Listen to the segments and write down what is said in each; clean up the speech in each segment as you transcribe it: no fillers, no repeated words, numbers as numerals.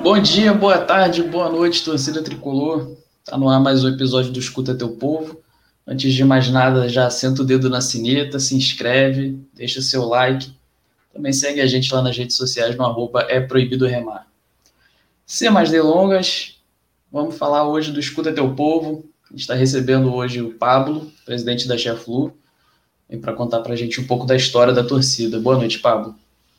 Bom dia, boa tarde, boa noite, torcida tricolor. Tá no ar mais um episódio do Escuta Teu Povo. Antes de mais nada, já senta o dedo na sineta, se inscreve, deixa seu like. Também segue a gente lá nas redes sociais no @EProibidoRemar. Sem mais delongas, vamos falar hoje do Escuta Teu Povo. A gente está recebendo hoje o Pablo, presidente da Cheflu, vem para contar para a gente um pouco da história da torcida. Boa noite, Pablo.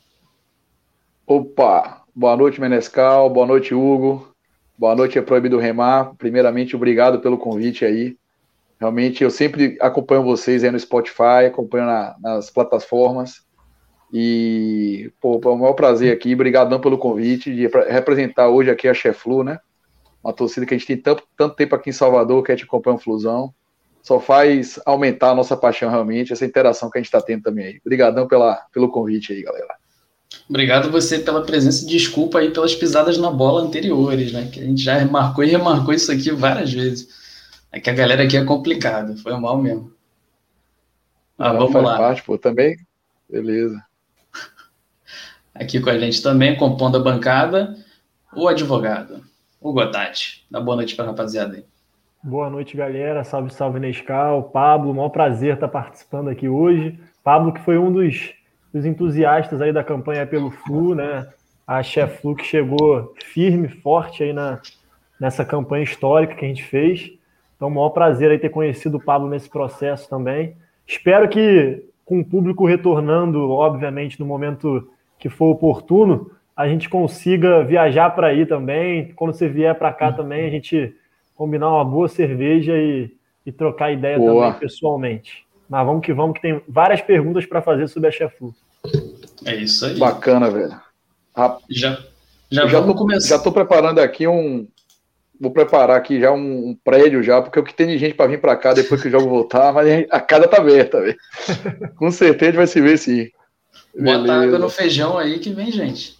Opa, boa noite, Menescal, boa noite, Hugo, boa noite, é Proibido Remar. Primeiramente, obrigado pelo convite aí. Realmente, eu sempre acompanho vocês aí no Spotify, acompanho nas plataformas. E, pô, é um maior prazer aqui, obrigadão pelo convite de representar hoje aqui a Cheflu, né? Uma torcida que a gente tem tanto tempo aqui em Salvador, que a gente acompanha o Flusão. Só faz aumentar a nossa paixão realmente, essa interação que a gente está tendo também aí. Obrigadão pelo convite aí, galera. Obrigado você pela presença e desculpa aí pelas pisadas na bola anteriores, né? Que a gente já marcou e remarcou isso aqui várias vezes. É que a galera aqui é complicada, foi mal mesmo. Vamos faz lá. parte, pô, também. Beleza. Aqui com a gente também, compondo a bancada, o advogado, o Gotati. Dá boa noite para a rapaziada aí. Boa noite, galera. Salve, salve, Nescau. Pablo, maior prazer estar participando aqui hoje. Pablo, que foi um dos entusiastas aí da campanha pelo Flu, né? A Cheflu que chegou firme, forte aí nessa campanha histórica que a gente fez. Então, maior prazer aí ter conhecido o Pablo nesse processo também. Espero que, com o público retornando, obviamente, no momento que for oportuno, a gente consiga viajar para aí também. Quando você vier para cá também, a gente combinar uma boa cerveja e trocar ideia também pessoalmente. Mas vamos que tem várias perguntas para fazer sobre a Cheflu. É isso aí. Bacana, velho. Já vamos começar. Já estou preparando aqui Vou preparar aqui já um prédio já, porque o que tem de gente para vir para cá depois que o jogo voltar, mas a casa tá aberta, velho. Com certeza vai se ver sim. Bota água no feijão aí que vem gente.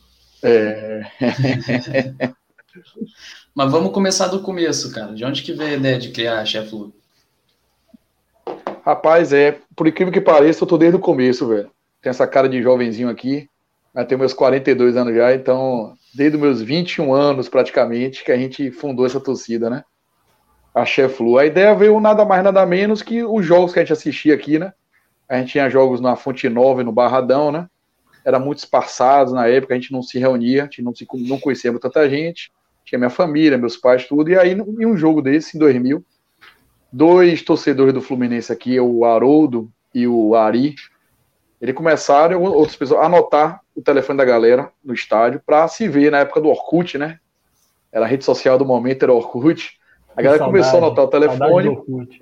Mas vamos começar do começo, cara. De onde que veio a ideia de criar a Cheflu? Rapaz, por incrível que pareça, eu tô desde o começo, velho. Tenho essa cara de jovenzinho aqui, mas tenho meus 42 anos já, então, desde os meus 21 anos, praticamente, que a gente fundou essa torcida, né? A Cheflu. A ideia veio nada mais, nada menos que os jogos que a gente assistia aqui, né? A gente tinha jogos na Fonte Nova e no Barradão, né? Era muito espaçados na época, a gente não se reunia, a gente não conhecia tanta gente. Tinha minha família, meus pais, tudo. E aí, em um jogo desse, em 2000, dois torcedores do Fluminense aqui, o Haroldo e o Ari, eles começaram, outras pessoas, a anotar o telefone da galera no estádio para se ver na época do Orkut, né? Era a rede social do momento, era o Orkut. A galera começou a anotar o telefone.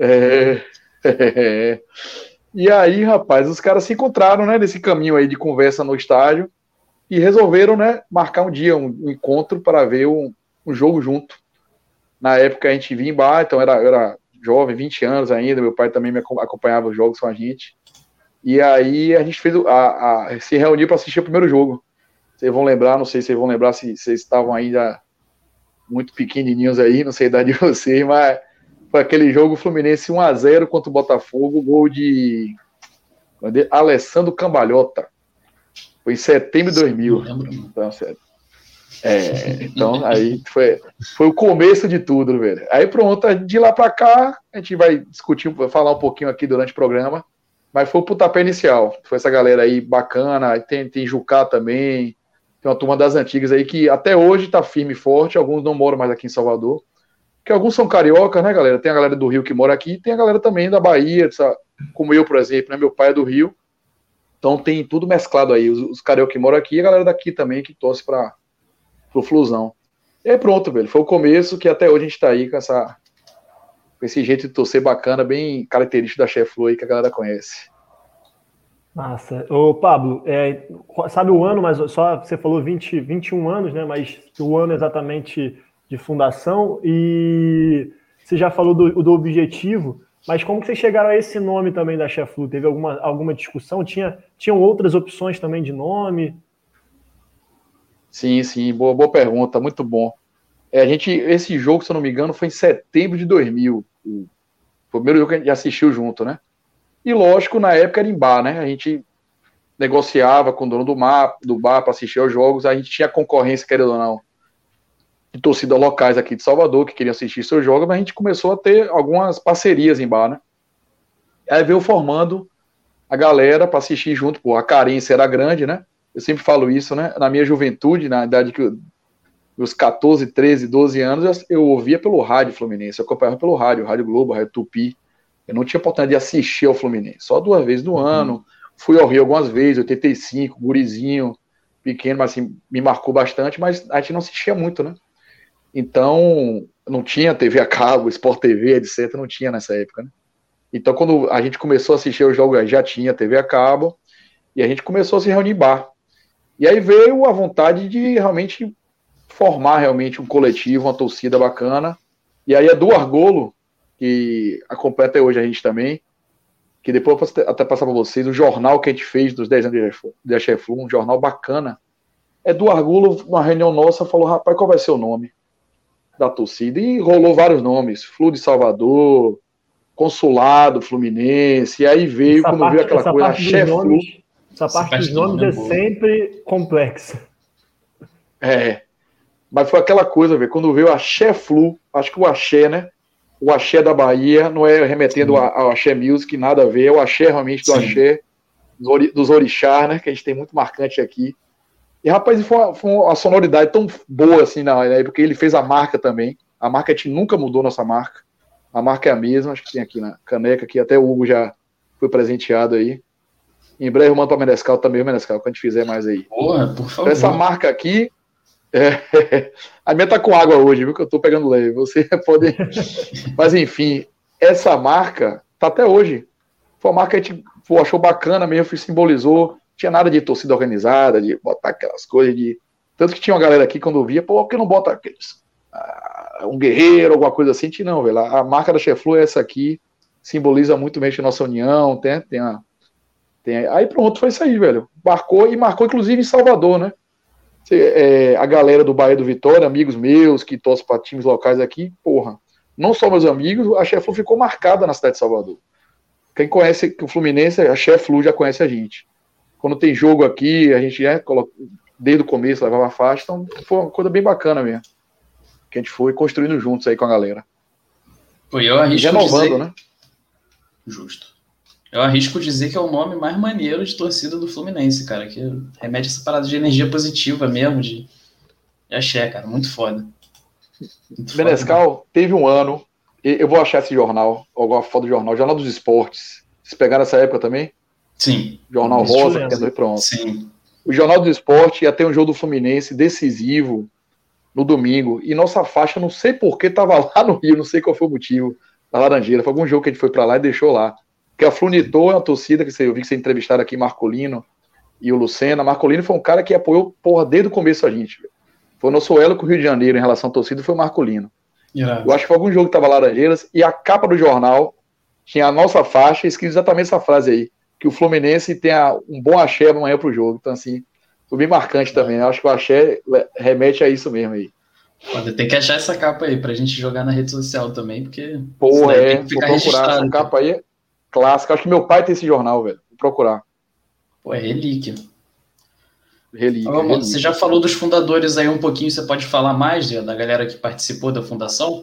E aí, rapaz, os caras se encontraram, né, nesse caminho aí de conversa no estádio e resolveram, né, marcar um dia, um encontro para ver um jogo junto. Na época a gente vinha em bar, então era jovem, 20 anos ainda, meu pai também me acompanhava os jogos com a gente. E aí a gente fez se reuniu para assistir o primeiro jogo. Vocês vão lembrar, não sei se vocês vão lembrar se vocês estavam ainda muito pequenininhos aí, não sei a idade de vocês, mas foi aquele jogo Fluminense 1-0 contra o Botafogo, gol de Alessandro Cambalhota. Foi em setembro de 2000. Então, sério. Então aí foi o começo de tudo, velho. Aí pronto, de lá pra cá, a gente vai discutir, falar um pouquinho aqui durante o programa, mas foi o pontapé inicial. Foi essa galera aí bacana, tem Jucá também, tem uma turma das antigas aí que até hoje tá firme e forte, alguns não moram mais aqui em Salvador, porque alguns são carioca, né, galera? Tem a galera do Rio que mora aqui, tem a galera também da Bahia, como eu, por exemplo, né? Meu pai é do Rio, então tem tudo mesclado aí, os carioca que moram aqui e a galera daqui também que torce pro Flusão. E aí pronto, velho, foi o começo que até hoje a gente tá aí com esse jeito de torcer bacana, bem característico da Cheflu aí que a galera conhece. Massa. Ô, Pablo, sabe o ano, mas só você falou 21 anos, né? Mas o ano exatamente de fundação, e você já falou do objetivo, mas como que vocês chegaram a esse nome também da Cheflu? Teve alguma discussão? Tinham outras opções também de nome? Sim, boa pergunta, muito bom. Esse jogo, se eu não me engano, foi em setembro de 2000. Foi o primeiro jogo que a gente assistiu junto, né? E lógico, na época era em bar, né? A gente negociava com o dono do bar para assistir aos jogos, a gente tinha concorrência, querendo ou não, de torcidas locais aqui de Salvador, que queriam assistir seus jogos, mas a gente começou a ter algumas parcerias em bar, né? Aí veio formando a galera para assistir junto, pô, a carência era grande, né? Eu sempre falo isso, né? Na minha juventude, na idade que dos 14, 13, 12 anos, eu ouvia pelo rádio Fluminense, eu acompanhava pelo Rádio Globo, Rádio Tupi. Eu não tinha oportunidade de assistir ao Fluminense, só 2 vezes no ano. Fui ao Rio algumas vezes, 85, gurizinho, pequeno, mas assim, me marcou bastante, mas a gente não assistia muito, né? Então, não tinha TV a cabo, Sport TV, etc, não tinha nessa época, né? Então, quando a gente começou a assistir os jogos, já tinha TV a cabo, e a gente começou a se reunir em bar. E aí veio a vontade de realmente formar realmente um coletivo, uma torcida bacana. E aí Edu Argolo, que acompanha até hoje a gente também, que depois eu posso até passar para vocês, o jornal que a gente fez dos 10 anos de Acheflu, um jornal bacana. Edu Argolo, numa reunião nossa, falou, rapaz, qual vai ser o nome da torcida? E rolou vários nomes, Flu de Salvador, Consulado Fluminense, e aí veio, quando veio aquela coisa, Acheflu. Essa parte dos nomes é sempre complexa. Mas foi aquela coisa, velho, quando veio Acheflu, acho que o axé, né? O axé da Bahia, não é remetendo ao axé music, nada a ver, é o axé realmente do axé, dos orixás, né? Que a gente tem muito marcante aqui. E, rapaz, foi uma sonoridade tão boa assim na época, porque ele fez a marca também. A marca, a gente nunca mudou nossa marca. A marca é a mesma, acho que tem aqui na caneca, que até o Hugo já foi presenteado aí. Em breve eu mando para o Menescal também, o Menescal, quando a gente fizer mais aí. Porra, por favor. Então, essa marca aqui, a minha tá com água hoje, viu, que eu tô pegando leve. Você pode... Mas, enfim, essa marca tá até hoje. Foi uma marca que a gente achou bacana mesmo, simbolizou. Tinha nada de torcida organizada, de botar aquelas coisas de... Tanto que tinha uma galera aqui, quando via, por que não bota aqueles... um guerreiro, alguma coisa assim? Não, velho. A marca da Acheflu é essa aqui, simboliza muito mesmo a nossa união, aí pronto, foi isso aí, velho. Marcou inclusive em Salvador, né? A galera do Bahia do Vitória, amigos meus que torcem para times locais aqui, porra, não só meus amigos, a Acheflu ficou marcada na cidade de Salvador. Quem conhece o Fluminense, a Acheflu já conhece a gente. Quando tem jogo aqui, a gente desde o começo levava a faixa, então foi uma coisa bem bacana mesmo. Que a gente foi construindo juntos aí com a galera. Pô, eu arrisco renovando, dizer... né? Justo. Eu arrisco dizer que é o nome mais maneiro de torcida do Fluminense, cara, que remete essa parada de energia positiva mesmo, de axé, cara, muito foda. Menescal, teve um ano, eu vou achar esse jornal, alguma foto do jornal, Jornal dos Esportes. Vocês pegaram essa época também? Sim. Jornal Rosa, que é pronto. Sim. O Jornal dos Esportes ia ter um jogo do Fluminense decisivo no domingo, e nossa faixa, não sei porquê, estava lá no Rio, não sei qual foi o motivo, na Laranjeira, foi algum jogo que a gente foi para lá e deixou lá. Porque a Flunitou é uma torcida que eu vi que você entrevistaram aqui, Marcolino e o Lucena. Marcolino foi um cara que apoiou, porra, desde o começo a gente. Foi o nosso elo com o Rio de Janeiro em relação à torcida, foi o Marcolino. Eu acho que foi algum jogo que tava Laranjeiras, e a capa do jornal tinha a nossa faixa, escrito exatamente essa frase aí, que o Fluminense tem um bom axé amanhã pro jogo. Então, assim, foi bem marcante também. Eu acho que o axé remete a isso mesmo aí. Tem que achar essa capa aí pra gente jogar na rede social também, porque... Porra, tem que ficar registrado. Essa capa aí é clássica. Acho que meu pai tem esse jornal, velho. Vou procurar. Pô, é relíquia. Relíquia. Você já falou dos fundadores aí um pouquinho, você pode falar mais da galera que participou da fundação?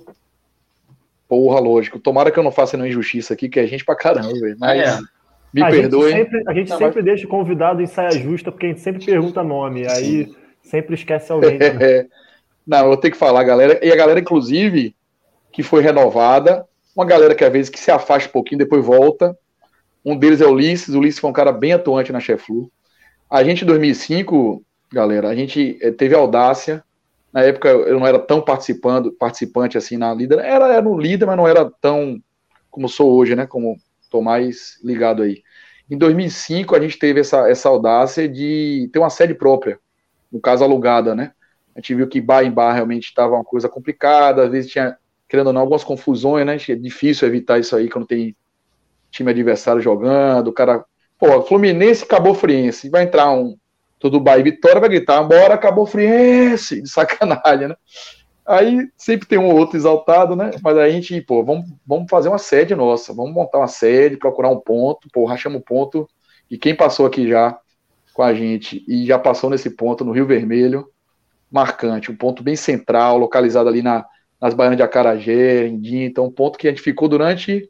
Porra, lógico. Tomara que eu não faça nenhuma injustiça aqui, que é gente pra caramba, velho. Mas me perdoe. A gente sempre deixa o convidado em saia justa, porque a gente sempre pergunta nome, aí sempre esquece alguém. Né? Não, eu vou ter que falar, galera. E a galera, inclusive, que foi renovada, uma galera que às vezes que se afasta um pouquinho, depois volta. Um deles é o Ulisses. O Ulisses foi um cara bem atuante na Acheflu. A gente, em 2005, galera, a gente teve a audácia. Na época, eu não era tão participante assim na líder. Era no líder, mas não era tão como sou hoje, né? Como estou mais ligado aí. Em 2005, a gente teve essa audácia de ter uma sede própria, no caso alugada, né? A gente viu que bar em bar realmente estava uma coisa complicada, às vezes tinha, querendo ou não, algumas confusões, né? É difícil evitar isso aí quando tem time adversário jogando, o cara... Pô, Fluminense, Cabo Friense, vai entrar todo Bahia Vitória, vai gritar, bora Cabo Friense, de sacanagem, né? Aí sempre tem um ou outro exaltado, né? Mas aí a gente, pô, vamos fazer uma sede nossa, vamos montar uma sede, procurar um ponto, pô, rachamos um ponto, e quem passou aqui já com a gente e já passou nesse ponto no Rio Vermelho, marcante, um ponto bem central, localizado ali nas Baianas de Acarajé, em Dinha, então um ponto que a gente ficou durante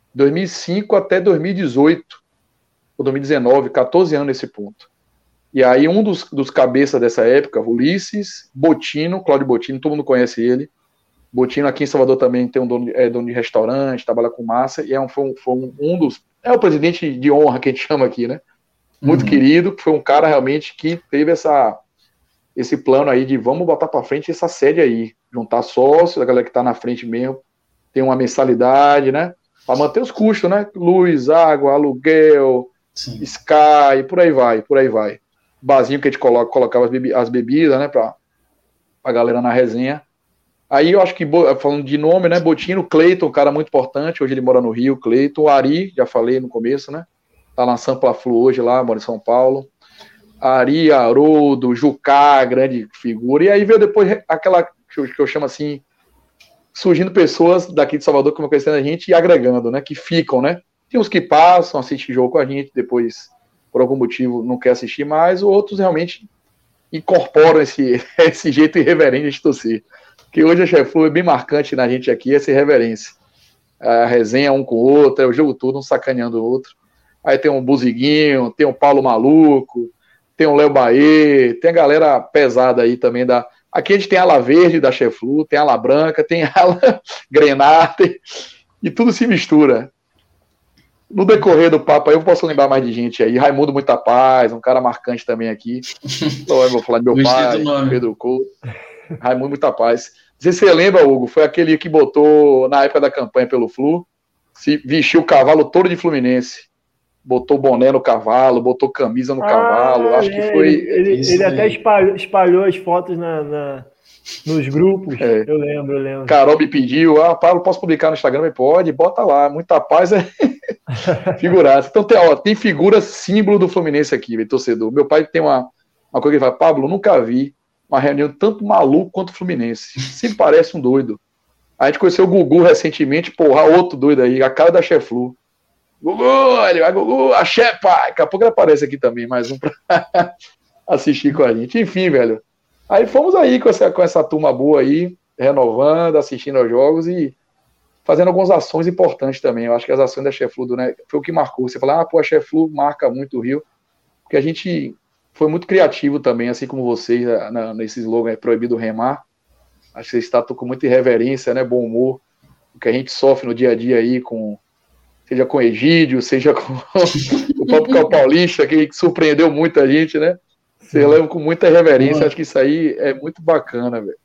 2005 até 2018, ou 2019, 14 anos nesse ponto. E aí um dos cabeças dessa época, Ulisses Botino, Cláudio Botino, todo mundo conhece ele. Botino aqui em Salvador também tem dono de restaurante, trabalha com massa, e foi um dos... É o presidente de honra que a gente chama aqui, né? Muito querido, foi um cara realmente que teve esse plano aí de vamos botar para frente essa sede aí, juntar sócios, a galera que está na frente mesmo, tem uma mensalidade, né? Para manter os custos, né? Luz, água, aluguel, Sim. Sky, por aí vai. Barzinho que a gente colocava as bebidas, né? Para a galera na resenha. Aí eu acho que, falando de nome, né? Botino, Cleiton, um cara muito importante, hoje ele mora no Rio, Cleiton, o Ari, já falei no começo, né? Tá na Sampla Flu hoje lá, mora em São Paulo. Ari, Haroldo, Jucá, grande figura. E aí veio depois aquela que eu chamo assim, surgindo pessoas daqui de Salvador que vão conhecendo a gente e agregando, né? Que ficam, né? Tem uns que passam, assistem jogo com a gente, depois, por algum motivo, não quer assistir mais, outros realmente incorporam esse jeito irreverente de torcer. Que hoje a Cheflu é bem marcante na gente aqui, essa irreverência. A resenha um com o outro, é o jogo todo, um sacaneando o outro. Aí tem um Buziguinho, tem um Paulo Maluco, tem o Léo Baê, tem a galera pesada aí também da... Aqui a gente tem a ala verde da Cheflu, tem a ala branca, tem a ala Grenade, e tudo se mistura. No decorrer do papo aí eu posso lembrar mais de gente aí. Raimundo Muita Paz, um cara marcante também aqui. Então, eu vou falar de meu pai, Pedro Couto. Raimundo Muita Paz. Não sei se você lembra, Hugo, foi aquele que botou, na época da campanha pelo Flu, se vestiu o cavalo todo de Fluminense. Botou boné no cavalo, botou camisa no cavalo. Acho que foi. Ele até espalhou as fotos nos grupos. Eu lembro. Carol me pediu, Paulo, posso publicar no Instagram? Pode, bota lá. Muita Paz é figuraça. Então tem figura símbolo do Fluminense aqui, torcedor. Meu pai tem uma coisa que ele fala, Pablo, nunca vi uma reunião tanto maluco quanto Fluminense. Sempre parece um doido. A gente conheceu o Gugu recentemente, outro doido aí, a cara da Cheflu. Gugu, ele vai, Gugu, axé, pai. Daqui a pouco ele aparece aqui também, mais um pra assistir com a gente. Enfim, velho. Aí fomos aí com essa turma boa aí, renovando, assistindo aos jogos e fazendo algumas ações importantes também. Eu acho que as ações da Cheflu, né, foi o que marcou. Você fala, a Cheflu marca muito o Rio, porque a gente foi muito criativo também, assim como vocês, nesse slogan Proibido Remar. Acho que vocês tratam com muita irreverência, né, bom humor, o que a gente sofre no dia a dia aí, seja com Egídio, seja com o próprio Cal Paulista, que surpreendeu muita gente, né? Você leva com muita reverência, acho que isso aí é muito bacana, velho.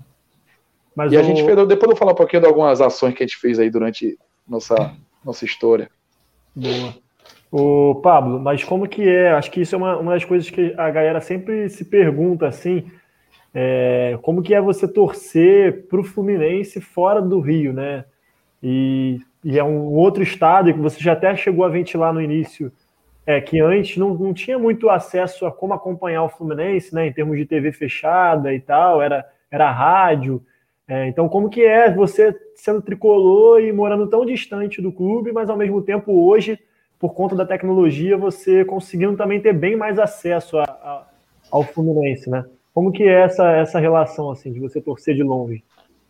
E a gente fez, depois eu vou falar um pouquinho de algumas ações que a gente fez aí durante nossa história. Boa. Ô, Pablo, mas como que é? Acho que isso é uma das coisas que a galera sempre se pergunta, assim, como que é você torcer pro Fluminense fora do Rio, né? E é um outro estado que você já até chegou a ventilar no início, que antes não tinha muito acesso a como acompanhar o Fluminense, né, em termos de TV fechada e tal, era rádio. Então, como que é você sendo tricolor e morando tão distante do clube, mas ao mesmo tempo hoje, por conta da tecnologia, você conseguindo também ter bem mais acesso ao Fluminense, né? Como que é essa relação, assim, de você torcer de longe?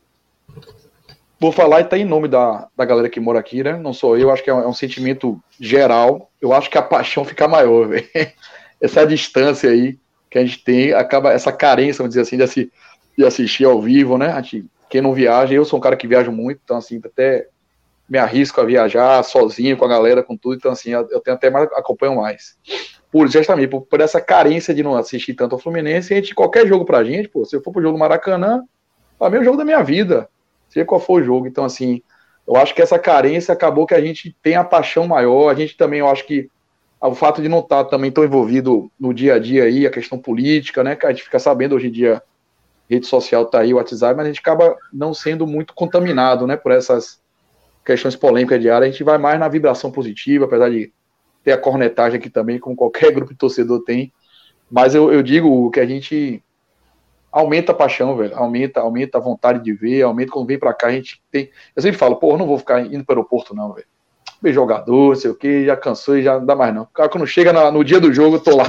Vou falar e tá em nome da galera que mora aqui, né? Não sou eu, acho que é um sentimento geral. Eu acho que a paixão fica maior, velho. Essa distância aí que a gente tem, acaba essa carência, vamos dizer assim, de assistir ao vivo, né? Quem não viaja, eu sou um cara que viaja muito, então assim, até me arrisco a viajar sozinho com a galera, com tudo, então assim, eu tenho até mais, acompanho mais. Justamente por essa carência de não assistir tanto ao Fluminense, qualquer jogo pra gente, pô, se eu for pro jogo do Maracanã, pra mim é o jogo da minha vida. Seja qual for o jogo. Então, assim, eu acho que essa carência acabou que a gente tem a paixão maior. A gente também, eu acho que o fato de não estar também tão envolvido no dia a dia aí, a questão política, né, que a gente fica sabendo hoje em dia, rede social tá aí, o WhatsApp, mas a gente acaba não sendo muito contaminado, né, por essas questões polêmicas diárias. A gente vai mais na vibração positiva, apesar de ter a cornetagem aqui também, como qualquer grupo de torcedor tem. Mas eu digo que a gente aumenta a paixão, velho, aumenta a vontade de ver, aumenta quando vem pra cá, a gente tem... Eu sempre falo, eu não vou ficar indo pro aeroporto não, velho. super jogador, não sei o que, já cansou e já não dá mais não. O cara, quando chega no dia do jogo, eu tô lá,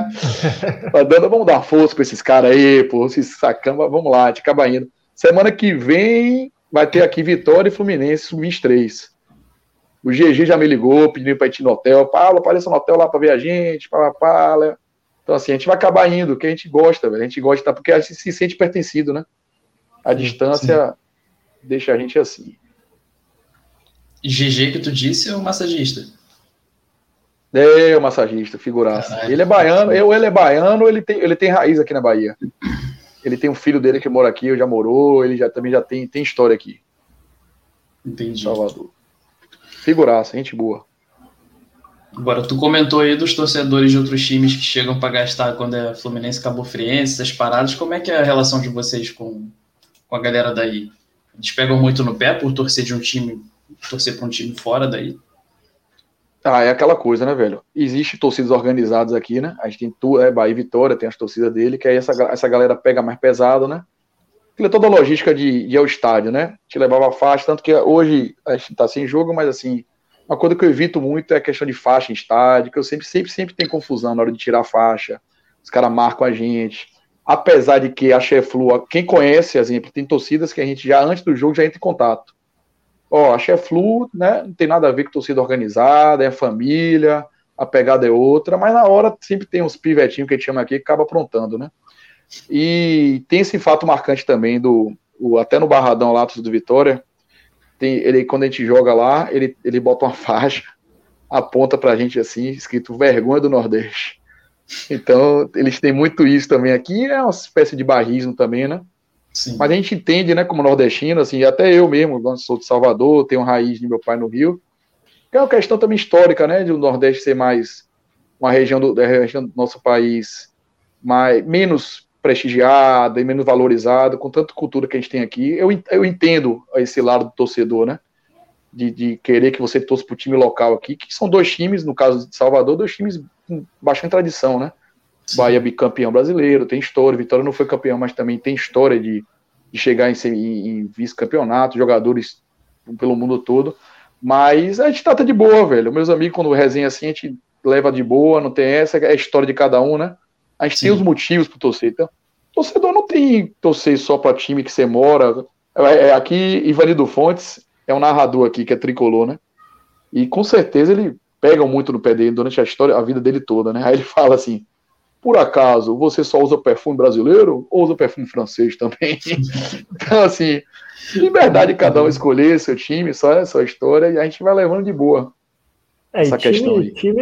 vamos dar uma força pra esses caras aí, pô, esses sacamba, vamos lá, a gente acaba indo. Semana que vem vai ter aqui Vitória e Fluminense, sub-23. O GG já me ligou, pedindo pra ir no hotel. Paulo, apareça no hotel lá pra ver a gente, pá. Então, assim, a gente vai acabar indo, que a gente gosta, velho. A gente gosta, porque a gente se sente pertencido, né? A distância deixa a gente assim. GG que tu disse é o massagista? É, o massagista, figuraça. Caralho. Ele é baiano, ele é baiano, ele tem raiz aqui na Bahia. Ele tem um filho dele que mora aqui, já morou, ele também já tem história aqui. Entendi. Salvador. Figuraça, gente boa. Agora, tu comentou aí dos torcedores de outros times que chegam para gastar quando é Fluminense, Cabo Friense, essas paradas. Como é que é a relação de vocês com a galera daí? Eles pegam muito no pé por torcer de um time, torcer para um time fora daí? É aquela coisa, né, velho? Existe torcidas organizadas aqui, né? A gente tem Bahia e Vitória, tem as torcidas dele, que aí essa galera pega mais pesado, né? Aquilo é toda a logística de ir ao estádio, né? Te levava faixa, tanto que hoje a gente tá sem jogo, mas assim, uma coisa que eu evito muito é a questão de faixa em estádio, que eu sempre tem confusão na hora de tirar a faixa. Os caras marcam a gente. Apesar de que a Cheflu, quem conhece, exemplo, tem torcidas que a gente já, antes do jogo, já entra em contato. A Cheflu, né, não tem nada a ver com torcida organizada, é família, a pegada é outra, mas na hora sempre tem uns pivetinhos que a gente chama aqui que acaba aprontando, né? E tem esse fato marcante também até no Barradão lá do Vitória, quando a gente joga lá, ele bota uma faixa, aponta pra gente assim, escrito vergonha do Nordeste. Então, eles têm muito isso também aqui, é uma espécie de barrismo também, né? Sim. Mas a gente entende, né, como nordestino, assim, até eu mesmo, sou de Salvador, tenho raiz de meu pai no Rio, que é uma questão também histórica, né, de o Nordeste ser mais uma região do nosso país menos prestigiada e menos valorizada, com tanta cultura que a gente tem aqui. Eu entendo esse lado do torcedor, né, de querer que você torça pro time local aqui, que são dois times, no caso de Salvador, dois times com bastante tradição, né? Sim. Bahia bicampeão brasileiro, tem história, Vitória não foi campeão, mas também tem história de chegar em vice-campeonato, jogadores pelo mundo todo, mas a gente trata de boa, velho. Meus amigos, quando resenha assim, a gente leva de boa, não tem essa, é a história de cada um, né? A gente tem os motivos pro torcer, então, torcedor não tem torcer só pra time que você mora. Aqui, Ivanildo Fontes é um narrador aqui, que é tricolor, né? E com certeza ele pega muito no pé dele durante a vida dele toda, né? Aí ele fala assim, por acaso, você só usa perfume brasileiro ou usa perfume francês também? Então, assim, liberdade de cada um escolher seu time, sua história, e a gente vai levando de boa essa questão aí. Time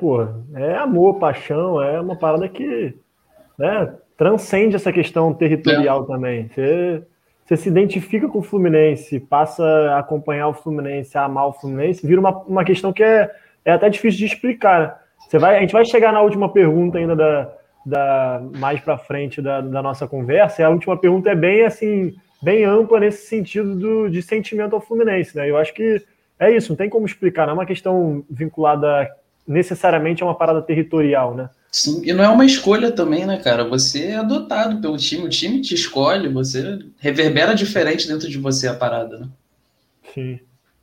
é amor, paixão, é uma parada que, né, transcende essa questão territorial também. Você se identifica com o Fluminense, passa a acompanhar o Fluminense, a amar o Fluminense, vira uma questão que é até difícil de explicar, né? A gente vai chegar na última pergunta ainda mais para frente da nossa conversa, e a última pergunta é bem ampla nesse sentido de sentimento ao Fluminense, né? Eu acho que é isso, não tem como explicar, não é uma questão vinculada necessariamente a uma parada territorial, né? Sim, e não é uma escolha também, né, cara? Você é adotado pelo time, o time te escolhe, você reverbera diferente dentro de você a parada, né? Sim.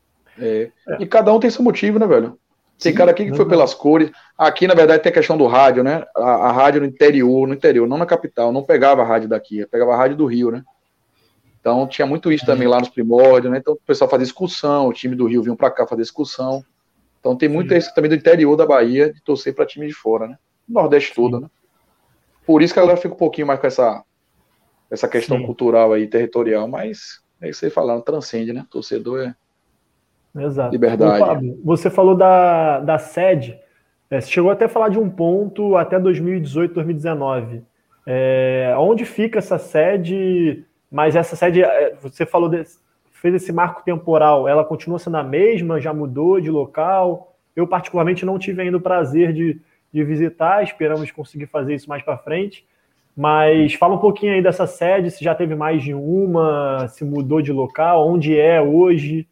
E cada um tem seu motivo, né, velho? Tem cara aqui que foi pelas cores. Aqui, na verdade, tem a questão do rádio, né? A rádio no interior, não na capital, não pegava a rádio daqui, pegava a rádio do Rio, né? Então tinha muito isso também lá nos primórdios, né? Então o pessoal fazia excursão, o time do Rio vinha pra cá fazer excursão. Então tem muito isso também do interior da Bahia, de torcer pra time de fora, né? Nordeste todo, né? Por isso que a galera fica um pouquinho mais com essa questão cultural aí, territorial, mas é isso aí falando, transcende, né? Torcedor é Exato. liberdade. Ô, Pablo, você falou da sede, você chegou até a falar de um ponto até 2018, 2019. Onde fica essa sede? Mas essa sede, você falou, fez esse marco temporal, ela continua sendo a mesma, já mudou de local? Eu particularmente não tive ainda o prazer de visitar, esperamos conseguir fazer isso mais para frente, mas fala um pouquinho aí dessa sede, se já teve mais de uma, se mudou de local, onde é hoje?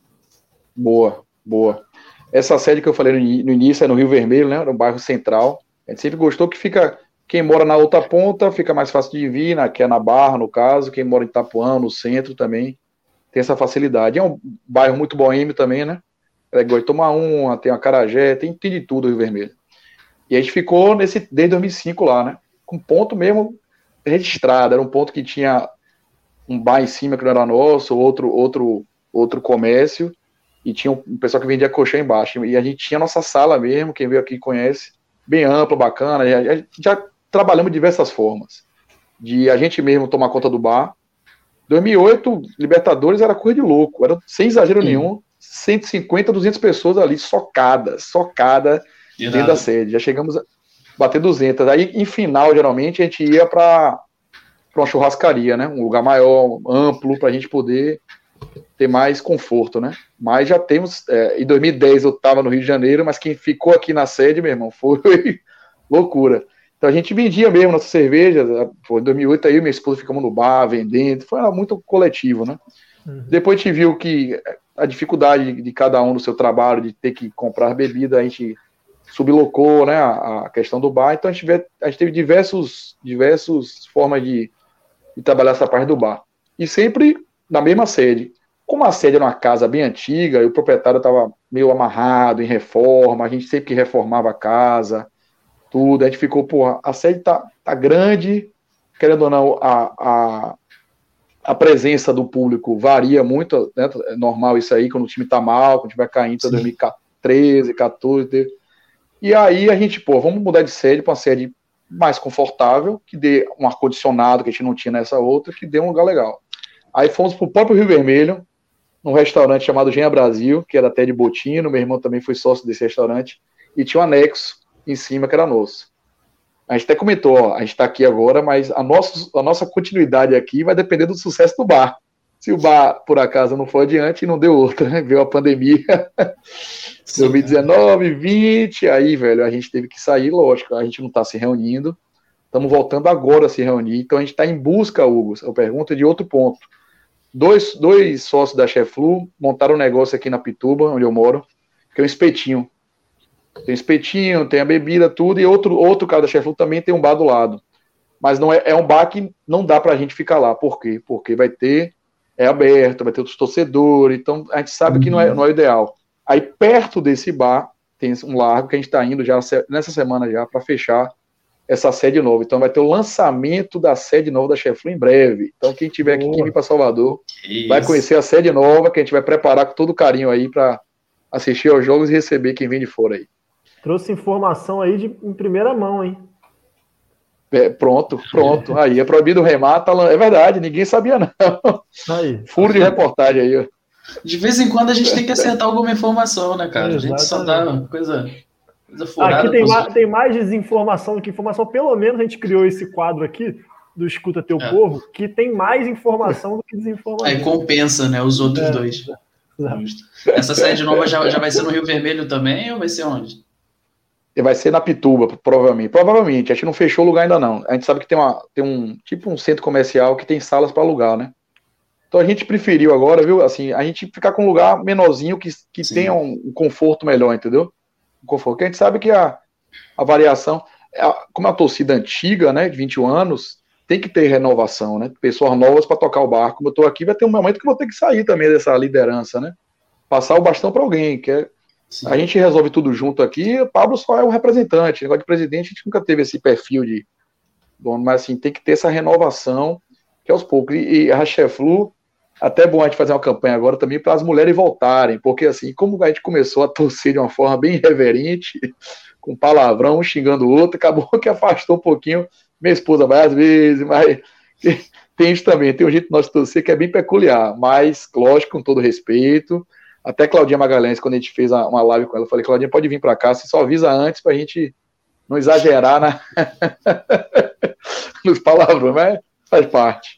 Boa. Essa sede que eu falei no início é no Rio Vermelho, né, no bairro Central. A gente sempre gostou que quem mora na outra ponta fica mais fácil de vir, né, que é na Barra, no caso, quem mora em Itapuã, no centro também, tem essa facilidade. É um bairro muito boêmio também, né? Gosta de tomar uma, tem uma acarajé, tem de tudo Rio Vermelho. E a gente ficou desde 2005 lá, né? Com ponto mesmo registrado. Era um ponto que tinha um bar em cima que não era nosso, outro comércio, e tinha um pessoal que vendia colchão embaixo. E a gente tinha a nossa sala mesmo, quem veio aqui conhece, bem ampla, bacana. Já trabalhamos de diversas formas. De a gente mesmo tomar conta do bar. 2008, Libertadores era coisa de louco, era sem exagero nenhum, 150, 200 pessoas ali socada dentro da sede. Já chegamos a bater 200. Aí, em final, geralmente, a gente ia para uma churrascaria, né? Um lugar maior, amplo, para a gente poder ter mais conforto, né? Mas já temos... em 2010 eu estava no Rio de Janeiro, mas quem ficou aqui na sede, meu irmão, foi loucura. Então a gente vendia mesmo nossa cerveja. Foi em 2008 aí, minha esposa ficamos no bar, vendendo. Foi muito coletivo, né? Uhum. Depois a gente viu que a dificuldade de cada um no seu trabalho, de ter que comprar bebida, a gente sublocou, né, a questão do bar. Então a gente teve diversas formas de trabalhar essa parte do bar. E sempre na mesma sede. Como a sede era uma casa bem antiga, e o proprietário estava meio amarrado em reforma, a gente sempre que reformava a casa, tudo, a gente ficou, porra, a sede tá grande, querendo ou não, a presença do público varia muito, né? É normal isso aí, quando o time tá mal, quando tiver caindo, tá 2013, 14, e aí a gente, vamos mudar de sede para uma sede mais confortável, que dê um ar-condicionado que a gente não tinha nessa outra, que dê um lugar legal. Aí fomos pro próprio Rio Vermelho, num restaurante chamado Genha Brasil, que era até de Botino, meu irmão também foi sócio desse restaurante, e tinha um anexo em cima que era nosso. A gente até comentou, a gente está aqui agora, mas a nossa continuidade aqui vai depender do sucesso do bar. Se o bar, por acaso, não for adiante, não deu outra, né? Veio a pandemia, 2019, 20, aí, velho, a gente teve que sair, lógico, a gente não está se reunindo, estamos voltando agora a se reunir, então a gente está em busca, Hugo, eu pergunto, de outro ponto. Dois sócios da Cheflu montaram um negócio aqui na Pituba, onde eu moro, que é um espetinho. Tem espetinho, tem a bebida, tudo, e outro cara da Cheflu também tem um bar do lado. Mas não é um bar que não dá pra gente ficar lá. Por quê? Porque é aberto, vai ter outros torcedores, então a gente sabe que não é o ideal. Aí perto desse bar tem um largo que a gente está indo já nessa semana já para fechar essa sede nova. Então vai ter o lançamento da sede nova da Cheflu em breve. Então quem tiver aqui, quem vir para Salvador, vai conhecer a sede nova, que a gente vai preparar com todo carinho aí para assistir aos jogos e receber quem vem de fora aí. Trouxe informação aí em primeira mão, hein? Pronto. Aí é proibido remar, é verdade, ninguém sabia não. Aí. Furo de reportagem aí, ó. De vez em quando a gente tem que acertar alguma informação, né, cara? A gente só dá coisa furada. Aqui tem mais desinformação do que informação. Pelo menos a gente criou esse quadro aqui do Escuta Teu Povo, que tem mais informação do que desinformação. Aí compensa, né, os outros dois. Justo. Essa sede nova já vai ser no Rio Vermelho também ou vai ser onde? Vai ser na Pituba, provavelmente. A gente não fechou o lugar ainda não. A gente sabe que tem um centro comercial que tem salas para alugar, né? Então a gente preferiu agora, viu, assim, a gente ficar com um lugar menorzinho que tenha um conforto melhor, entendeu? Um conforto. Porque a gente sabe que a variação, como é uma torcida antiga, né, de 21 anos, tem que ter renovação, né? Pessoas novas para tocar o barco. Como eu estou aqui, vai ter um momento que eu vou ter que sair também dessa liderança, né? Passar o bastão para alguém, a gente resolve tudo junto aqui, o Pablo só é um representante, negócio de presidente, a gente nunca teve esse perfil de dono, mas assim, tem que ter essa renovação, que é aos poucos, e a Cheflu, até é bom a gente fazer uma campanha agora também para as mulheres voltarem, porque assim, como a gente começou a torcer de uma forma bem irreverente, com palavrão, um xingando o outro, acabou que afastou um pouquinho, minha esposa vai às vezes, mas tem isso também, tem um jeito de nós torcer que é bem peculiar, mas lógico, com todo respeito. Até Claudinha Magalhães, quando a gente fez uma live com ela, eu falei, Claudinha, pode vir para cá, você só avisa antes pra gente não exagerar nos palavrões, mas faz parte.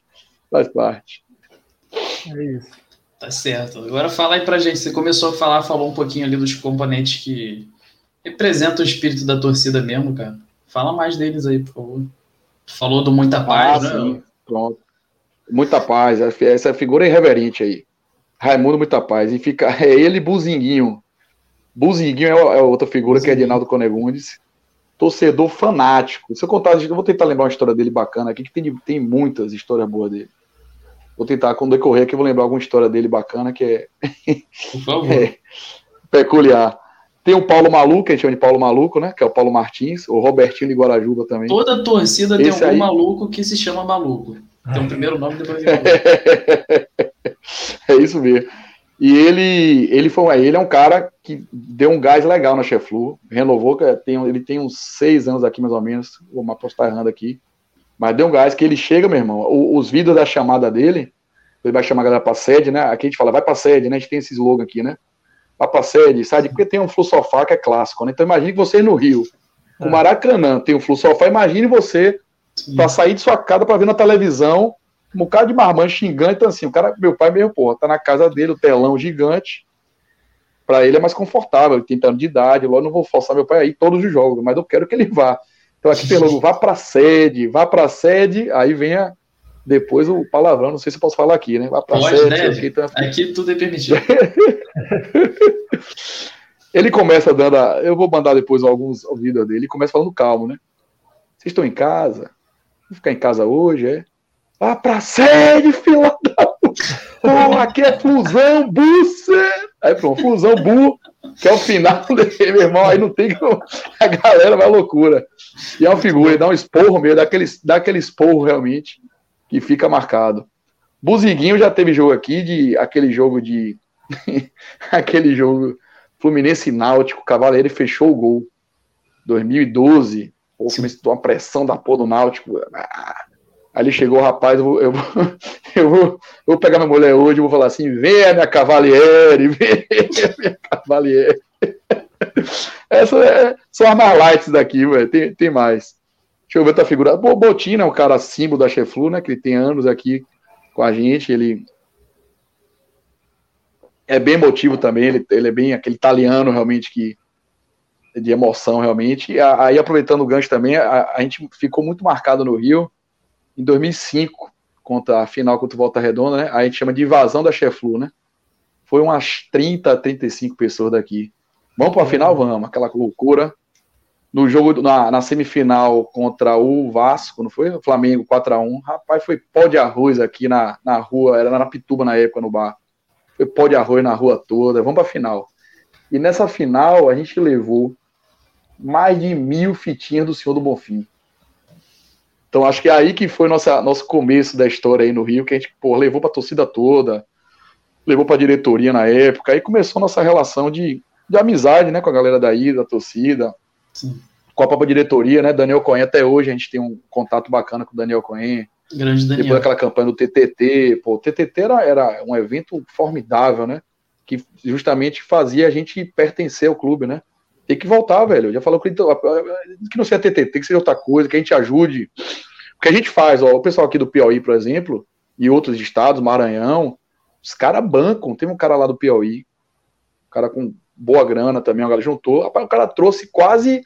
É isso. Tá certo. Agora fala aí pra gente, você começou a falou um pouquinho ali dos componentes que representam o espírito da torcida mesmo, cara. Fala mais deles aí, por favor. Falou do Muita Paz, né? Sim, pronto. Muita Paz, essa figura irreverente aí. Raimundo Muita Paz, e fica ele e Buzinguinho. Buzinguinho é outra figura que é Edinaldo Conegundes, torcedor fanático. Se eu contar, eu vou tentar lembrar uma história dele bacana aqui, que tem muitas histórias boas dele. Vou tentar, quando decorrer aqui, eu vou lembrar alguma história dele bacana, que é... Por favor. peculiar. Tem o Paulo Maluco, que a gente chama de Paulo Maluco, né? Que é o Paulo Martins, o Robertinho de Guarajuba também. Toda torcida tem algum maluco que se chama Maluco. Tem o primeiro nome, depois vem o outro. É isso mesmo. E ele é um cara que deu um gás legal na Cheflu, renovou, ele tem uns 6 anos aqui mais ou menos, vou apostar errando aqui, mas deu um gás que ele chega, meu irmão, os vídeos da chamada dele, ele vai chamar a galera pra sede, né? Aqui a gente fala, vai pra sede, né? A gente tem esse slogan aqui, né? Vai pra sede, sabe? Porque tem um Flu-Sofá que é clássico, né? Então imagine que você no Rio, com o Maracanã, tem um Flu-Sofá, imagine você pra sair de sua casa pra ver na televisão um bocado de marmanjo xingando, então assim, o cara, meu pai mesmo, porra, tá na casa dele, o telão gigante, pra ele é mais confortável, ele tem anos de idade, logo não vou forçar meu pai a ir todos os jogos, mas eu quero que ele vá. Então aqui tem logo, vá pra sede, aí vem depois o palavrão, não sei se eu posso falar aqui, né? Vá pra sede, deve. Então, aqui tudo é permitido. Ele começa dando, eu vou mandar depois alguns vídeos dele, ele começa falando calmo, né? Vocês estão em casa? Vou ficar em casa hoje, é? Vá pra sede, filha da puta! Oh, aqui é Flusão, bucê! Aí pronto, Flusão, bu, que é o final dele, meu irmão, aí não tem como... A galera vai loucura. E é uma figura, ele dá um esporro mesmo, dá aquele esporro realmente, que fica marcado. Buziguinho já teve jogo aqui, aquele jogo Fluminense Náutico, Cavaleiro fechou o gol. 2012, o Fluminense uma pressão da porra do Náutico. Aí ele chegou, rapaz, eu vou pegar minha mulher hoje, eu vou falar assim, venha minha Cavaliere, venha minha Cavaliere. Essas são as mais lights daqui, velho, tem mais. Deixa eu ver outra figura. O Botina é um cara símbolo da Cheflu, né, que ele tem anos aqui com a gente, ele é bem emotivo também, ele é bem aquele italiano realmente de emoção realmente. E aí aproveitando o gancho também, a gente ficou muito marcado no Rio, em 2005, contra a final contra o Volta Redonda, né? A gente chama de invasão da Cheflu, né? Foi umas 30, 35 pessoas daqui. Vamos para a final? Vamos. Aquela loucura. No jogo, na semifinal contra o Vasco, não foi? O Flamengo 4-1. Rapaz, foi pó de arroz aqui na rua, era na Pituba na época, no bar. Foi pó de arroz na rua toda. Vamos para a final. E nessa final, a gente levou mais de 1.000 fitinhas do Senhor do Bonfim. Então, acho que é aí que foi nosso começo da história aí no Rio, que a gente levou para a torcida toda, levou para a diretoria na época, aí começou nossa relação de amizade, né, com a galera daí, da torcida, Sim. Com a própria diretoria, né, Daniel Cohen, até hoje a gente tem um contato bacana com o Daniel Cohen. Grande Daniel. Depois daquela campanha do TTT, o TTT era um evento formidável, né, que justamente fazia a gente pertencer ao clube, né. Tem que voltar, velho. Eu já falou que não seja TTT, que seja outra coisa, que a gente ajude. O que a gente faz, ó, o pessoal aqui do Piauí, por exemplo, e outros estados, Maranhão, os caras bancam. Tem um cara lá do Piauí, um cara com boa grana também, o cara juntou. O cara trouxe quase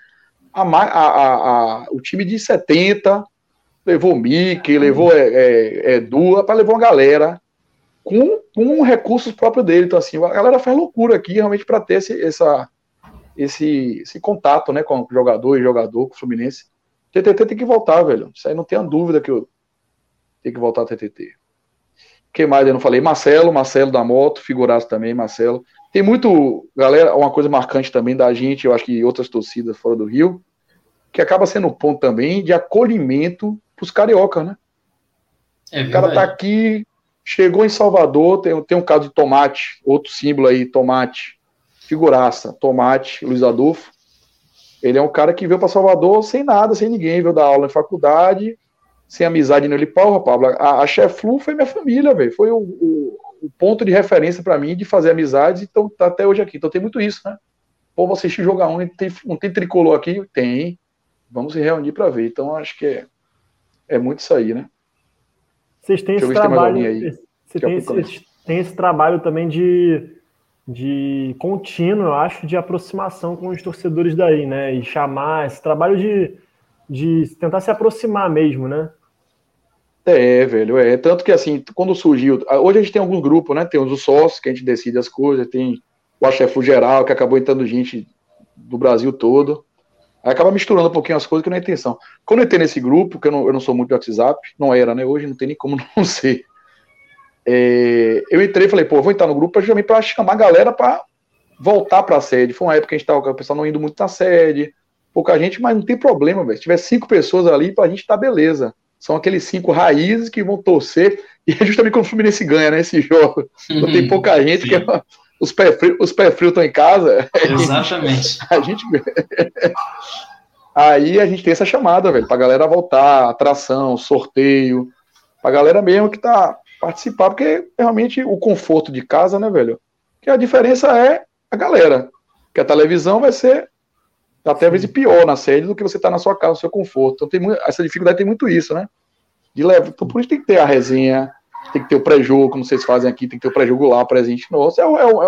o time de 70, levou o Mickey, levou Edu, levou uma galera com recursos próprios dele. Então, assim, a galera faz loucura aqui, realmente, para ter esse contato, né, com o jogador e jogador, com o Fluminense. TTT tem que voltar, velho. Isso aí não tenha dúvida que tem que voltar a TTT. Quem mais eu não falei? Marcelo da Moto, figuraço também, Marcelo. Tem muito, galera, uma coisa marcante também da gente, eu acho que outras torcidas fora do Rio, que acaba sendo um ponto também de acolhimento pros cariocas, né? O cara tá aqui, chegou em Salvador, tem um caso de Tomate, outro símbolo aí, Tomate, figuraça, Tomate, Luiz Adolfo. Ele é um cara que veio para Salvador sem nada, sem ninguém, veio dar aula em faculdade, sem amizade nele. Porra, Pablo, a Cheflu foi minha família, velho. Foi o ponto de referência para mim de fazer amizades, então tá até hoje aqui. Então tem muito isso, né? Pô, vou assistir jogar não tem tricolor aqui? Tem. Vamos se reunir para ver. Então acho que é muito isso aí, né? Vocês têm esse trabalho. Tem esse trabalho também de contínuo, eu acho, de aproximação com os torcedores daí, né? E chamar esse trabalho de tentar se aproximar mesmo, né? Velho, tanto que assim, quando surgiu, hoje a gente tem alguns grupos, né? Tem os sócios que a gente decide as coisas, tem o Cheflu geral, que acabou entrando gente do Brasil todo, aí acaba misturando um pouquinho as coisas que não é intenção. Quando eu entrei nesse grupo, que eu não sou muito do WhatsApp, não era, né? Hoje não tem nem como não ser. Eu entrei e falei, pô, vou entrar no grupo justamente para chamar a galera para voltar para a sede. Foi uma época que a gente tava com o pessoal não indo muito na sede, pouca gente, mas não tem problema, velho. Se tiver 5 pessoas ali, pra gente tá beleza. São aqueles 5 raízes que vão torcer, e é justamente quando o Fluminense ganha, né, esse jogo. Quando tem pouca gente, que os pés frios estão em casa. Exatamente. Aí a gente tem essa chamada, velho, pra galera voltar, atração, sorteio, pra galera mesmo que tá participar, porque realmente o conforto de casa, né, velho? Que a diferença é a galera. Que a televisão vai ser até às vezes pior na sede do que você tá na sua casa, no seu conforto. Então essa dificuldade tem muito isso, né? Então por isso tem que ter a resenha, tem que ter o pré-jogo, como vocês fazem aqui, tem que ter o pré-jogo lá presente nosso.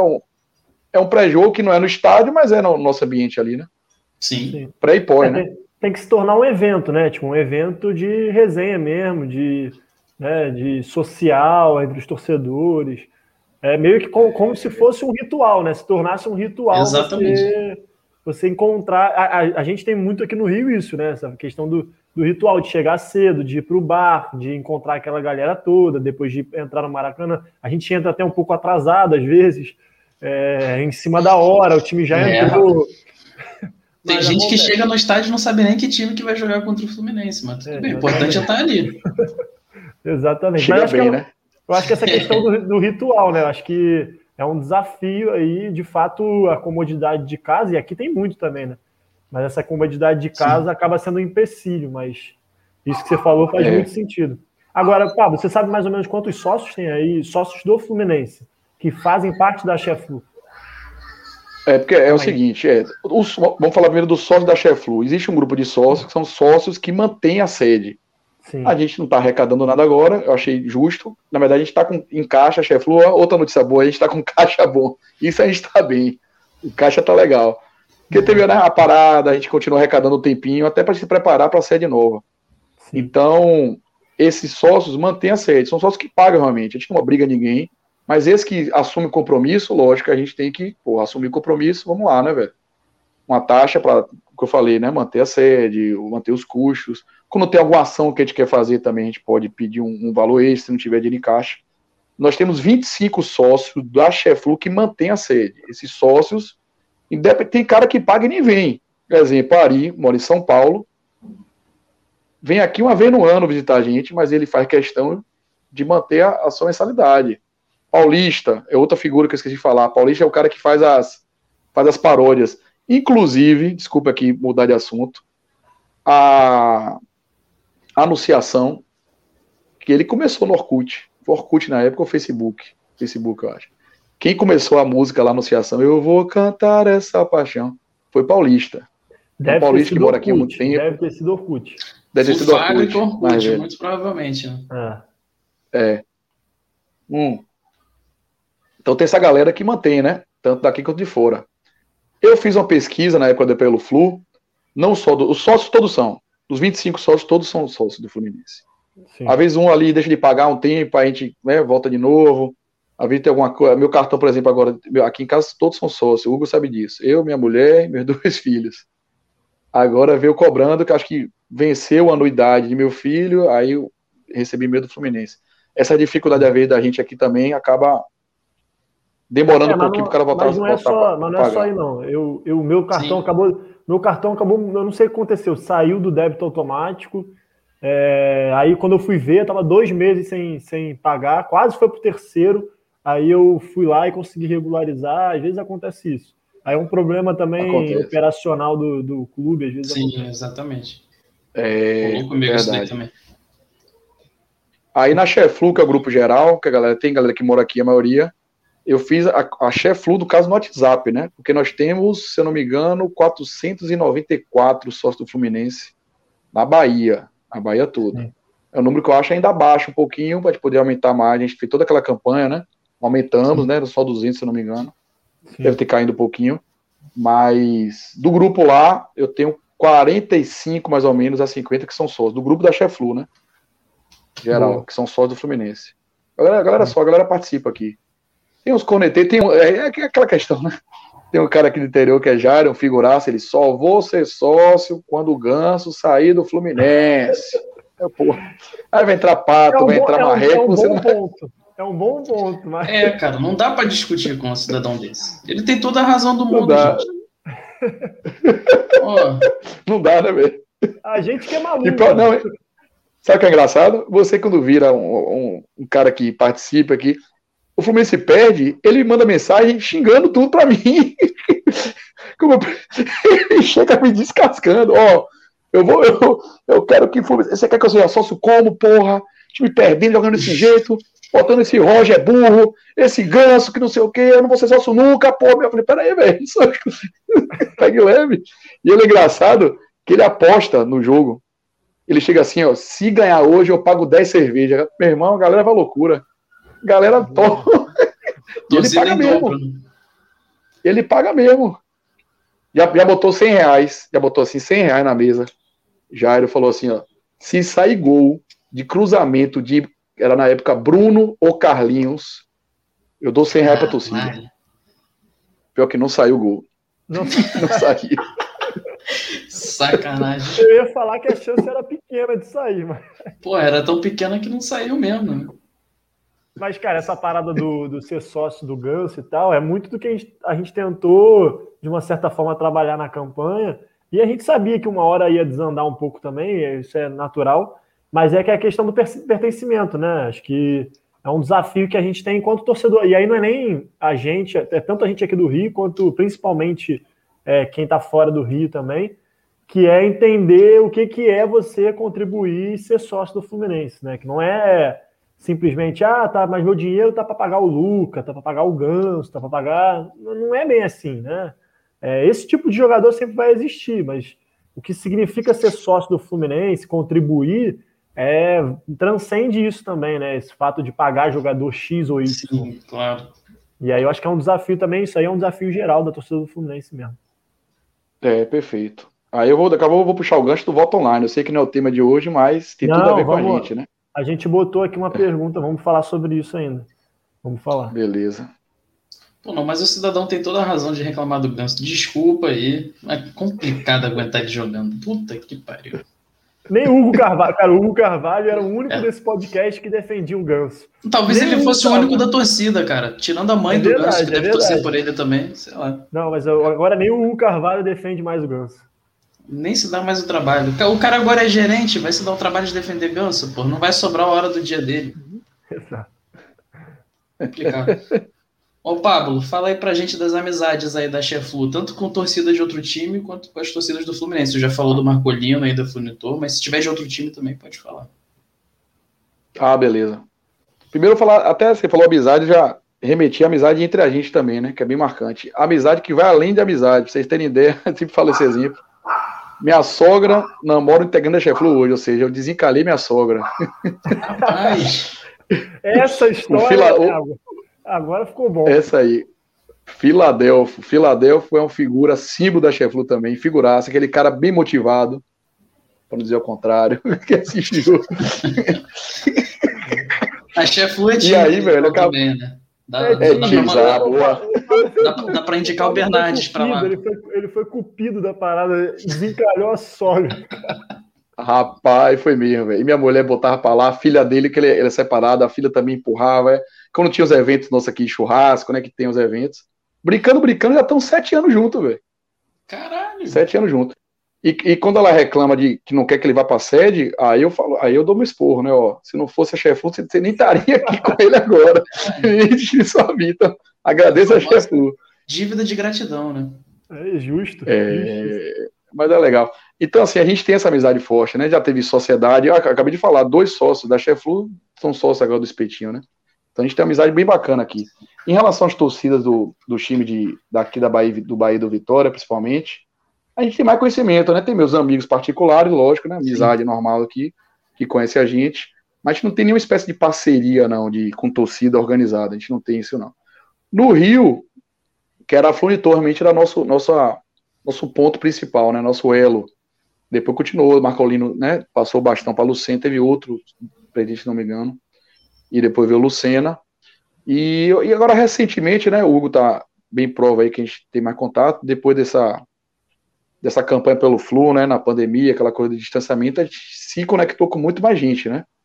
É um pré-jogo que não é no estádio, mas é no nosso ambiente ali, né? Sim. Pré e pós, né? Tem que se tornar um evento, né? Tipo, um evento de resenha mesmo, de social entre os torcedores. É meio que como se fosse um ritual, né? Se tornasse um ritual. Exatamente. Você encontrar. A gente tem muito aqui no Rio isso, né? Essa questão do ritual de chegar cedo, de ir para o bar, de encontrar aquela galera toda, depois de entrar no Maracanã. A gente entra até um pouco atrasado, às vezes, em cima da hora, o time já entrou. Tem gente que chega no estádio e não sabe nem que time que vai jogar contra o Fluminense, mas tudo bem, o importante é estar ali. Exatamente. Chega mas bem, né? Eu acho que essa questão do ritual, né? Eu acho que é um desafio aí, de fato, a comodidade de casa, e aqui tem muito também, né? Mas essa comodidade de casa acaba sendo um empecilho, mas isso que você falou faz muito sentido. Agora, Pablo, você sabe mais ou menos quantos sócios tem aí, sócios do Fluminense, que fazem parte da Cheflu? Porque é o seguinte, vamos falar primeiro do sócio da Cheflu. Existe um grupo de sócios que são sócios que mantêm a sede. Sim. A gente não está arrecadando nada agora, eu achei justo. Na verdade, a gente está em caixa, Cheflu. Outra notícia boa, a gente está com caixa bom. Isso a gente está bem. O caixa está legal. Porque teve, né, a parada, a gente continua arrecadando um tempinho, até para se preparar para a sede nova. Sim. Então, esses sócios mantêm a sede. São sócios que pagam realmente. A gente não obriga ninguém. Mas esse que assume compromisso, lógico, a gente tem que assumir compromisso, vamos lá, né, velho? Uma taxa para, o que eu falei, né, manter a sede, manter os custos. Quando tem alguma ação que a gente quer fazer também, a gente pode pedir um valor extra, se não tiver dinheiro em caixa. Nós temos 25 sócios da Cheflu que mantém a sede. Esses sócios, tem cara que paga e nem vem. Por exemplo, Ari, mora em São Paulo, vem aqui uma vez no ano visitar a gente, mas ele faz questão de manter a sua mensalidade. Paulista é outra figura que eu esqueci de falar. Paulista é o cara que faz as paródias. Inclusive, desculpa aqui mudar de assunto, a Anunciação, que ele começou no Orkut. Orkut na época, ou Facebook, eu acho. Quem começou a música lá, Anunciação, eu vou cantar essa paixão, foi Paulista. Deve Paulista que mora aqui há muito tempo. Deve ter sido Orkut. Deve ter sido Orkut, muito provavelmente. Né? Então tem essa galera que mantém, né? Tanto daqui quanto de fora. Eu fiz uma pesquisa na época pelo Flu, não só os sócios todos são. Dos 25 sócios, todos são sócios do Fluminense. Sim. Às vezes um ali deixa de pagar um tempo, a gente, né, volta de novo. Às vezes tem alguma coisa. Meu cartão, por exemplo, agora, aqui em casa todos são sócios. O Hugo sabe disso. Eu, minha mulher e meus 2 filhos. Agora veio cobrando, que acho que venceu a anuidade de meu filho, aí eu recebi medo do Fluminense. Essa dificuldade, às vezes, da gente aqui também acaba demorando um pouquinho para o cara voltar. Mas não é só aí, não. Meu cartão acabou. Meu cartão acabou, eu não sei o que aconteceu. Saiu do débito automático. Aí quando eu fui ver, estava 2 meses sem pagar, quase foi pro 3º. Aí eu fui lá e consegui regularizar. Às vezes acontece isso. Aí é um problema também operacional do clube, às vezes. Sim, acontece. Exatamente. Comigo isso daí também. Aí na Cheflu, que é o grupo geral, que tem galera que mora aqui, a maioria, eu fiz a Cheflu, do caso, no WhatsApp, né? Porque nós temos, se eu não me engano, 494 sócios do Fluminense na Bahia, a Bahia toda. É um número que eu acho ainda baixo um pouquinho, para poder aumentar mais. A gente fez toda aquela campanha, né? Aumentamos, né? Era só 200, se eu não me engano. Sim. Deve ter caído um pouquinho. Mas do grupo lá, eu tenho 45, mais ou menos, a 50 que são sócios. Do grupo da Cheflu, né? Geral, que são sócios do Fluminense. A galera participa aqui. Tem uns corneteiros, é aquela questão, né? Tem um cara aqui do interior que é Jair, um figuraço, ele só vou ser sócio quando o Ganso sair do Fluminense. Aí vai entrar Pato, vai entrar Marreco. É um bom ponto, mas... Cara, não dá pra discutir com um cidadão desse. Ele tem toda a razão do mundo, gente. Não dá, né, velho? A gente que é maluco. Não, sabe o que é engraçado? Você, quando vira um cara que participa aqui, o Fluminense perde, ele manda mensagem xingando tudo pra mim. Ele chega me descascando. Eu quero que o Fluminense... Você quer que eu seja sócio como, porra? Time perdendo, jogando desse jeito, botando esse Roger burro, esse Ganso que não sei o quê, eu não vou ser sócio nunca, porra. Eu falei, peraí, velho, pegue leve. E ele é engraçado que ele aposta no jogo. Ele chega assim, ó, se ganhar hoje eu pago 10 cervejas. Meu irmão, a galera vai loucura. A galera toma. E ele paga mesmo. Ele paga mesmo. Já botou 100 reais. Já botou assim 100 reais na mesa. Jairo falou assim, ó, se sair gol de cruzamento de, era na época Bruno ou Carlinhos, eu dou 100 reais pra torcida. Pior que não saiu o gol. Não saiu. Sacanagem. Eu ia falar que a chance era pequena de sair, mas... Pô, era tão pequena que não saiu mesmo, né? Mas, cara, essa parada do ser sócio do Ganso e tal, é muito do que a gente tentou, de uma certa forma, trabalhar na campanha, e a gente sabia que uma hora ia desandar um pouco também, isso é natural, mas é que é a questão do pertencimento, né? Acho que é um desafio que a gente tem enquanto torcedor, e aí não é nem a gente, é tanto a gente aqui do Rio, quanto principalmente quem tá fora do Rio também, que é entender o que é você contribuir e ser sócio do Fluminense, né? Que não é simplesmente, tá, mas meu dinheiro tá para pagar o Luca, tá para pagar o Ganso, tá para pagar... Não é bem assim, né? Esse tipo de jogador sempre vai existir, mas o que significa ser sócio do Fluminense, contribuir, transcende isso também, né? Esse fato de pagar jogador X ou Y. Sim, claro. E aí eu acho que é um desafio também, isso aí é um desafio geral da torcida do Fluminense mesmo. Perfeito. Aí daqui a pouco eu vou puxar o gancho do voto online. Eu sei que não é o tema de hoje, mas tem tudo a ver com a gente, né? A gente botou aqui uma pergunta, vamos falar sobre isso ainda. Vamos falar. Beleza. Pô, não, mas o cidadão tem toda a razão de reclamar do Ganso. Desculpa aí, é complicado aguentar ele jogando. Puta que pariu. Nem o Hugo Carvalho. Cara, o Hugo Carvalho era o único desse podcast que defendia o Ganso. Talvez nem ele fosse o único da torcida, cara. Tirando a mãe do Ganso, que deve torcer por ele também, sei lá. Não, mas agora nem o Hugo Carvalho defende mais o Ganso. Nem se dá mais o trabalho. O cara agora é gerente, vai se dar o trabalho de defender Ganso, pô. Não vai sobrar a hora do dia dele. Exato. Complicado. Ô, Pablo, fala aí pra gente das amizades aí da Cheflu, tanto com torcida de outro time, quanto com as torcidas do Fluminense. Você já falou do Marcolino aí da Funitor, mas se tiver de outro time também pode falar. Beleza. Primeiro falar, até você falou amizade, já remeti a amizade entre a gente também, né? Que é bem marcante. A amizade que vai além de amizade, pra vocês terem ideia, eu sempre falo esse exemplo. Minha sogra namora um integrante da Cheflu hoje, ou seja, eu desencalhei minha sogra. Rapaz, essa história agora ficou bom. Essa aí. Filadélfio é uma figura símbolo da Cheflu também, figuraça, aquele cara bem motivado, para não dizer o contrário, que assistiu. A Cheflu é time. E aí, velho, também, né? Dá pra indicar o Bernardes pra lá. Ele foi cupido da parada, desencalhou a sogra. Rapaz, foi mesmo, velho. E minha mulher botava pra lá, a filha dele, que ele é separado, a filha também empurrava. Quando tinha os eventos nossos aqui, churrasco, né, que tem os eventos. Brincando, já estão 7 anos juntos, velho. Caralho. 7 anos juntos. E quando ela reclama de que não quer que ele vá pra sede, aí eu dou meu esporro, né, ó. Se não fosse a Cheflu, você nem estaria aqui com ele agora. E sua vida. Então, agradeço a Cheflu. Dívida de gratidão, né? É justo. Mas é legal. Então, assim, a gente tem essa amizade forte, né? Já teve sociedade. Eu acabei de falar, 2 sócios da Cheflu são sócios agora do Espetinho, né? Então a gente tem uma amizade bem bacana aqui. Em relação às torcidas do time daqui da Bahia, do Bahia do Vitória, principalmente, a gente tem mais conhecimento, né? Tem meus amigos particulares, lógico, né? Amizade normal aqui, que conhece a gente. Mas a gente não tem nenhuma espécie de parceria, não, com torcida organizada. A gente não tem isso, não. No Rio, que era a Flunitor, realmente era nosso ponto principal, né? Nosso elo. Depois continuou, o Marcolino, né? Passou o bastão para Lucena, teve outro presidente, se não me engano. E depois veio o Lucena. E agora, recentemente, né? O Hugo tá bem prova aí que a gente tem mais contato. Depois dessa campanha pelo Flu, né? Na pandemia, aquela coisa de distanciamento, a gente se conectou com muito mais gente, né?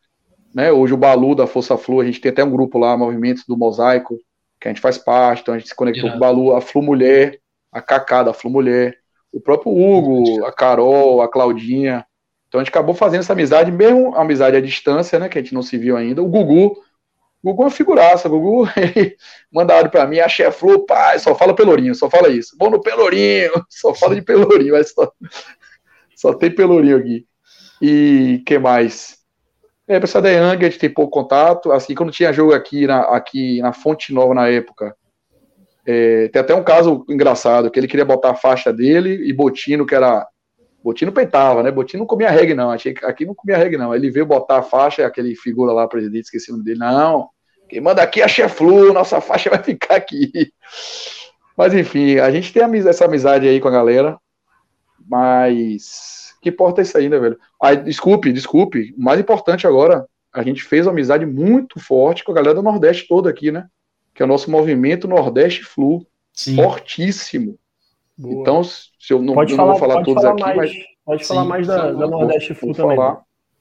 né? Hoje o Balu da Força Flu, a gente tem até um grupo lá, Movimentos do Mosaico, que a gente faz parte, então a gente se conectou com o Balu, a Flu Mulher, a Cacá da Flu Mulher, o próprio Hugo, a Carol, a Claudinha. Então a gente acabou fazendo essa amizade, mesmo a amizade à distância, né? Que a gente não se viu ainda. O Gugu é uma figuraça. O Gugu manda áudio pra mim, a chefe Flu, pai, só fala Pelourinho, só fala isso. Vou no Pelourinho, só fala de Pelourinho, mas só tem Pelourinho aqui. E que mais? Pessoal da Yang, a gente tem pouco contato. Assim, quando tinha jogo aqui na Fonte Nova na época, tem até um caso engraçado, que ele queria botar a faixa dele e Botino, que era... Botino peitava, né? Botino não comia reggae, não. Achei que aqui não comia reggae, não. Ele veio botar a faixa, aquele figura lá, presidente, esqueci o nome dele. Não, quem manda aqui é a Chef Flu, nossa faixa vai ficar aqui. Mas, enfim, a gente tem essa amizade aí com a galera, mas que importa é isso aí, né, velho? Desculpe, o mais importante agora, a gente fez uma amizade muito forte com a galera do Nordeste toda aqui, né? Que é o nosso movimento Nordeste Flu. Sim. Fortíssimo. Boa. Então, se eu não vou falar todos aqui, mas... Pode falar mais da Nordeste Flu também. Falar.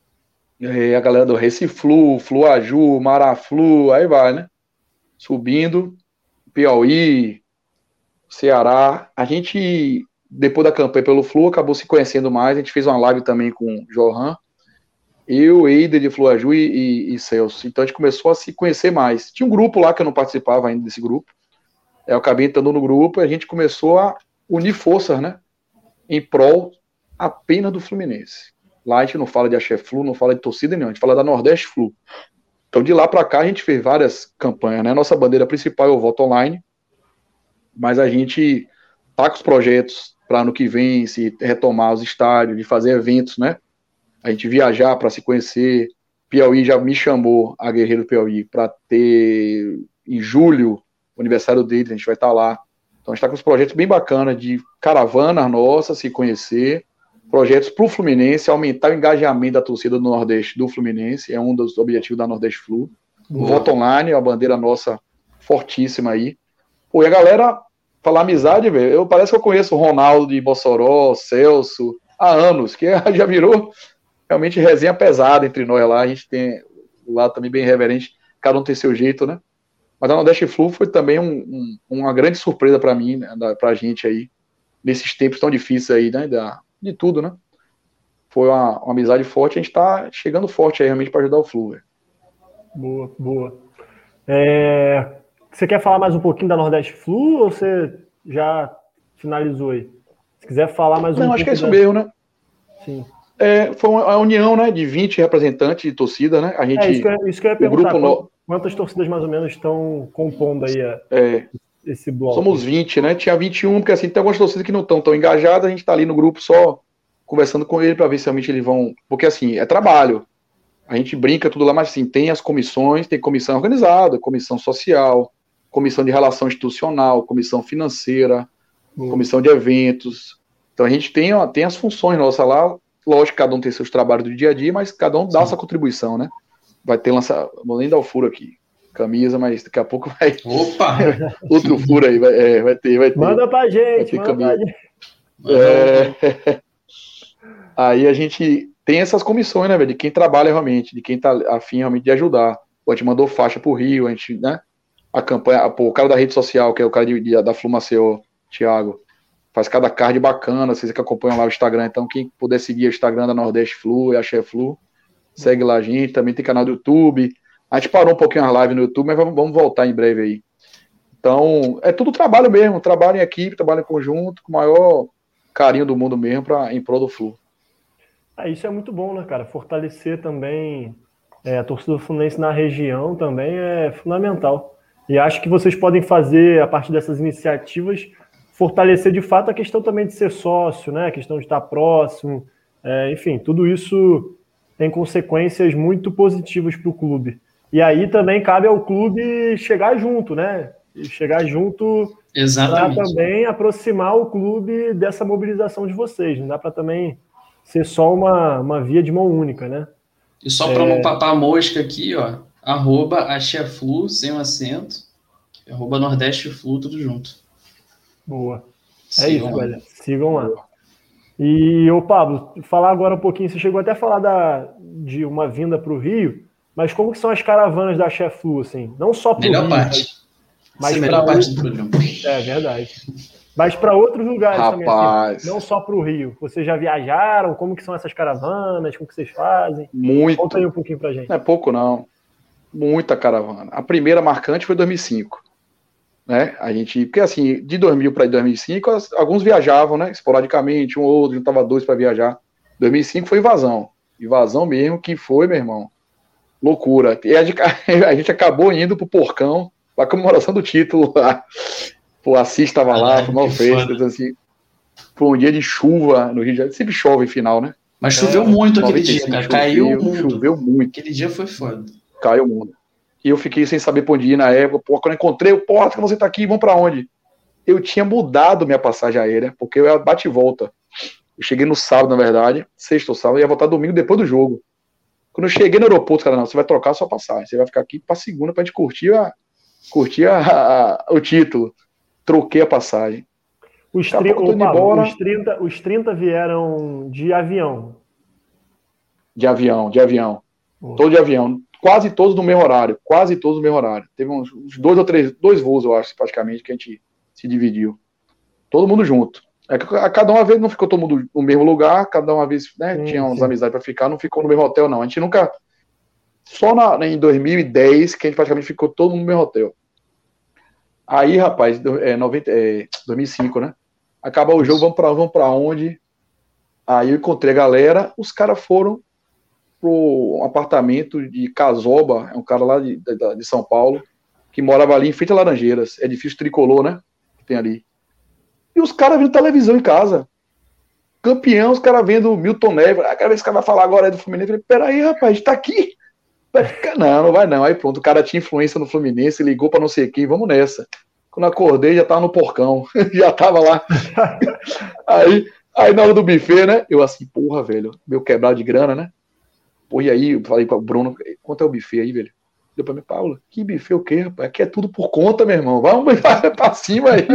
A galera do Recife Flu, Fluaju, Maraflu, aí vai, né? Subindo, Piauí, Ceará. A gente, depois da campanha pelo Flu, acabou se conhecendo mais. A gente fez uma live também com o Johan, eu, Eider de Fluaju e Celso. Então a gente começou a se conhecer mais. Tinha um grupo lá que eu não participava ainda desse grupo. Eu acabei entrando no grupo e a gente começou a unir forças, né? Em prol apenas do Fluminense. Lá a gente não fala de Axé Flu, não fala de torcida nenhuma, a gente fala da Nordeste Flu. Então de lá para cá a gente fez várias campanhas, né? Nossa bandeira principal é o voto online, mas a gente tá com os projetos para ano que vem se retomar os estádios, de fazer eventos, né? A gente viajar para se conhecer. Piauí já me chamou, a Guerreiro do Piauí, para ter em julho o aniversário dele, a gente vai estar lá. Então a gente está com os projetos bem bacanas de caravana nossa, se conhecer, projetos para o Fluminense, aumentar o engajamento da torcida do Nordeste do Fluminense, é um dos objetivos da Nordeste Flu. O voto online, a bandeira nossa fortíssima aí. Pô, e a galera, falar amizade, velho, parece que eu conheço o Ronaldo de Mossoró, Celso, há anos, que já virou realmente resenha pesada entre nós lá, a gente tem o lado também bem reverente, cada um tem seu jeito, né? Mas a Nordeste Flu foi também uma grande surpresa para mim, né, pra gente aí, nesses tempos tão difíceis aí, né, de tudo, né? Foi uma amizade forte, a gente tá chegando forte aí realmente para ajudar o Flu, velho. Boa. Você quer falar mais um pouquinho da Nordeste Flu ou você já finalizou aí? Se quiser falar mais um pouco. Não, acho que é isso mesmo, né? Sim. Foi a união, né, de 20 representantes de torcida, né? A gente, isso que eu ia perguntar. Quantas torcidas mais ou menos estão compondo aí esse bloco? Somos 20, né? Tinha 21, porque assim, tem algumas torcidas que não estão tão engajadas, a gente tá ali no grupo só conversando com ele para ver se realmente eles vão... Porque assim, é trabalho. A gente brinca tudo lá, mas assim, tem as comissões, tem comissão organizada, comissão social, comissão de relação institucional, comissão financeira, comissão de eventos. Então a gente tem as funções nossas lá, lógico que cada um tem seus trabalhos do dia a dia, mas cada um dá essa contribuição, né? Vai ter vou nem dar o furo aqui, camisa, mas daqui a pouco vai... Opa! Outro furo aí, vai ter. Manda pra gente, Aí a gente tem essas comissões, né, velho, de quem trabalha realmente, de quem tá afim realmente de ajudar. A gente mandou faixa pro Rio, a gente, né, a campanha, o cara da rede social, que é o cara da Flu Maceió, Thiago, faz cada card bacana, vocês que acompanham lá o Instagram, então quem puder seguir o Instagram da Nordeste Flu e a Axé Flu, segue lá a gente, também tem canal do YouTube, a gente parou um pouquinho as lives no YouTube, mas vamos voltar em breve aí. Então, é tudo trabalho mesmo, trabalho em equipe, trabalho em conjunto, com o maior carinho do mundo mesmo, em prol do Flu. Isso é muito bom, né, cara? Fortalecer também a torcida do Fluminense na região também é fundamental. E acho que vocês podem fazer, a partir dessas iniciativas, fortalecer de fato a questão também de ser sócio, né? A questão de estar próximo, enfim, tudo isso tem consequências muito positivas para o clube. E aí também cabe ao clube chegar junto, né? E chegar junto para também aproximar o clube dessa mobilização de vocês. Não dá para também ser só uma via de mão única, né? E só para não papar a mosca aqui, ó, @AxéFlu, sem um acento, @Nordeste Flu, tudo junto. Boa. Sigam isso, velho. Sigam lá. E, Pablo, falar agora um pouquinho, você chegou até a falar de uma vinda para o Rio, Mas como que são as caravanas da Chef Flu, assim? Não só para o Rio, mas melhor parte do programa. É verdade. Mas para outros lugares também, assim, não só para o Rio. Vocês já viajaram? Como que são essas caravanas? Como que vocês fazem? Muito. Conta aí um pouquinho pra gente. Não é pouco, não. Muita caravana. A primeira marcante foi 2005. Né? A gente, porque assim, de 2000 para 2005, alguns viajavam, né? Esporadicamente, um ou outro, juntava dois para viajar. 2005 foi invasão. Invasão mesmo, que foi, meu irmão. Loucura. E a gente acabou indo pro Porcão, pra comemoração do título lá. O Assis estava lá, foi uma festa, assim. Foi um dia de chuva no Rio de Janeiro. Sempre chove em final, né? Mas choveu muito aquele dia, cara. Caiu o mundo. Choveu muito. Aquele dia foi foda. Caiu o mundo. E eu fiquei sem saber pra onde ir na época. Pô, quando eu encontrei o porta que você tá aqui, vamos pra onde? Eu tinha mudado minha passagem aérea, porque eu ia bate e volta. Eu cheguei no sábado, na verdade, sexta ou sábado, ia voltar domingo depois do jogo. Quando eu cheguei no aeroporto, cara, não, você vai trocar a sua passagem, você vai ficar aqui pra segunda pra gente curtir o título. Troquei a passagem. Os 30 vieram de avião. De avião. Todo de avião. Quase todos no mesmo horário. Teve uns 2 ou 3, 2 voos, eu acho, praticamente, que a gente se dividiu. Todo mundo junto. Cada uma vez não ficou todo mundo no mesmo lugar, cada uma vez, né, tinha umas amizades para ficar, não ficou no mesmo hotel, não. A gente nunca. Só em 2010 que a gente praticamente ficou todo mundo no mesmo hotel. Aí, rapaz, 2005, né? Acabou o jogo, vamos pra onde? Aí eu encontrei a galera, os caras foram pro apartamento de Casoba, é um cara lá de São Paulo, que morava ali em frente a Laranjeiras, edifício tricolor, né? Que tem ali. E os caras vendo televisão em casa. Campeão, os caras vendo Milton Neves. Cada vez que esse cara vai falar agora é do Fluminense. Eu falei, peraí, rapaz, a gente tá aqui. Vai ficar, não vai não. Aí pronto, o cara tinha influência no Fluminense, ligou pra não sei quem, vamos nessa. Quando acordei, já tava no Porcão. Já tava lá. Aí na hora do buffet, né? Eu assim, porra, velho, meu quebrado de grana, né? Pô, e aí, eu falei pra Bruno, quanto é o buffet aí, velho? Deu pra mim, Paulo, que buffet o quê, rapaz? Aqui é tudo por conta, meu irmão. Vamos pra cima aí.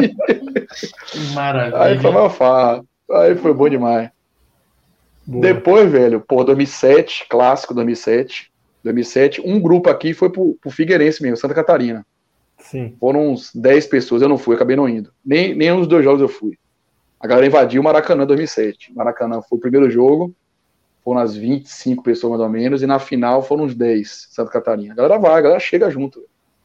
Maravilha. Aí foi uma farra. Aí foi bom demais. Boa. Depois, velho, 2007, clássico 2007. 2007, um grupo aqui foi pro Figueirense mesmo, Santa Catarina. Sim. Foram uns 10 pessoas, eu não fui, acabei não indo. Nem uns 2 jogos eu fui. A galera invadiu o Maracanã em 2007. Maracanã foi o primeiro jogo, foram umas 25 pessoas mais ou menos, e na final foram uns 10, Santa Catarina. A galera chega junto.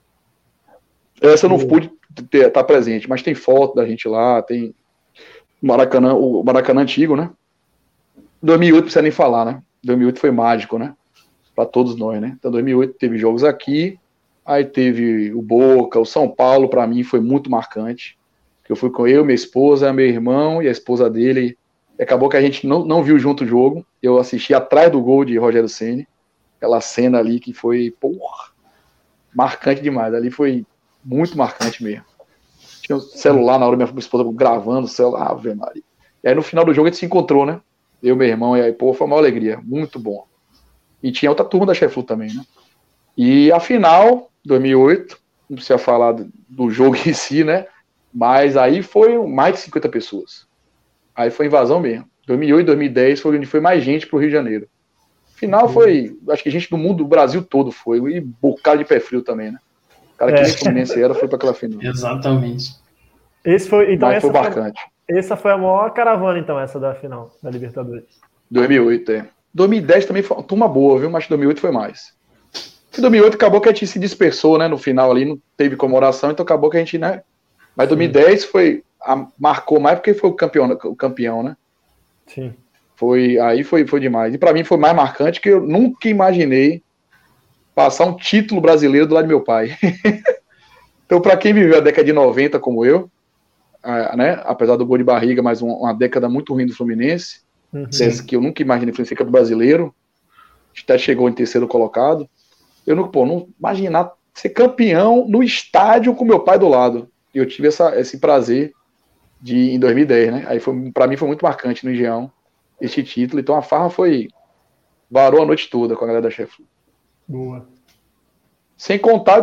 Essa eu não pude estar presente, mas tem foto da gente lá, tem o Maracanã antigo, né? 2008 não precisa nem falar, né? 2008 foi mágico, né? Para todos nós, né? Então 2008 teve jogos aqui, aí teve o Boca, o São Paulo, para mim foi muito marcante, que eu fui com minha esposa, meu irmão e a esposa dele, e acabou que a gente não viu junto o jogo, eu assisti atrás do gol de Rogério Ceni, aquela cena ali que foi, porra, marcante demais, ali foi muito marcante mesmo. Tinha um celular na hora, minha esposa gravando o celular, Ave Maria. E aí no final do jogo a gente se encontrou, né? Eu, meu irmão, e aí, pô, foi uma alegria, muito bom. E tinha outra turma da Chef Flu também, né? E a final, 2008, não precisa falar do jogo em si, né? Mas aí foi mais de 50 pessoas. Aí foi invasão mesmo. 2008, 2010 foi onde foi mais gente pro Rio de Janeiro. Final foi, acho que gente do mundo, do Brasil todo foi. E bocado de pé frio também, né? O cara que nem Fluminense era, foi pra aquela final. Exatamente. Esse foi, então, mas foi marcante. Essa foi a maior caravana, então, essa da final da Libertadores. 2008, é. 2010 também foi uma turma boa, viu? Mas 2008 foi mais. Em 2008 acabou que a gente se dispersou, né? No final ali, não teve comemoração, então acabou que a gente, né? Mas 2010 marcou mais porque foi o campeão, né? Sim. Aí foi demais. E pra mim foi mais marcante que eu nunca imaginei passar um título brasileiro do lado do meu pai. Então, pra quem viveu a década de 90 como eu, né? Apesar do gol de barriga, mas uma década muito ruim do Fluminense, que eu nunca imaginei que ser brasileiro, até chegou em terceiro colocado. Eu não imaginar ser campeão no estádio com meu pai do lado. E eu tive esse prazer em 2010, né? Aí pra mim foi muito marcante no Engenhão esse título. Então a farra varou a noite toda com a galera da Chef Flu. Boa. Sem contar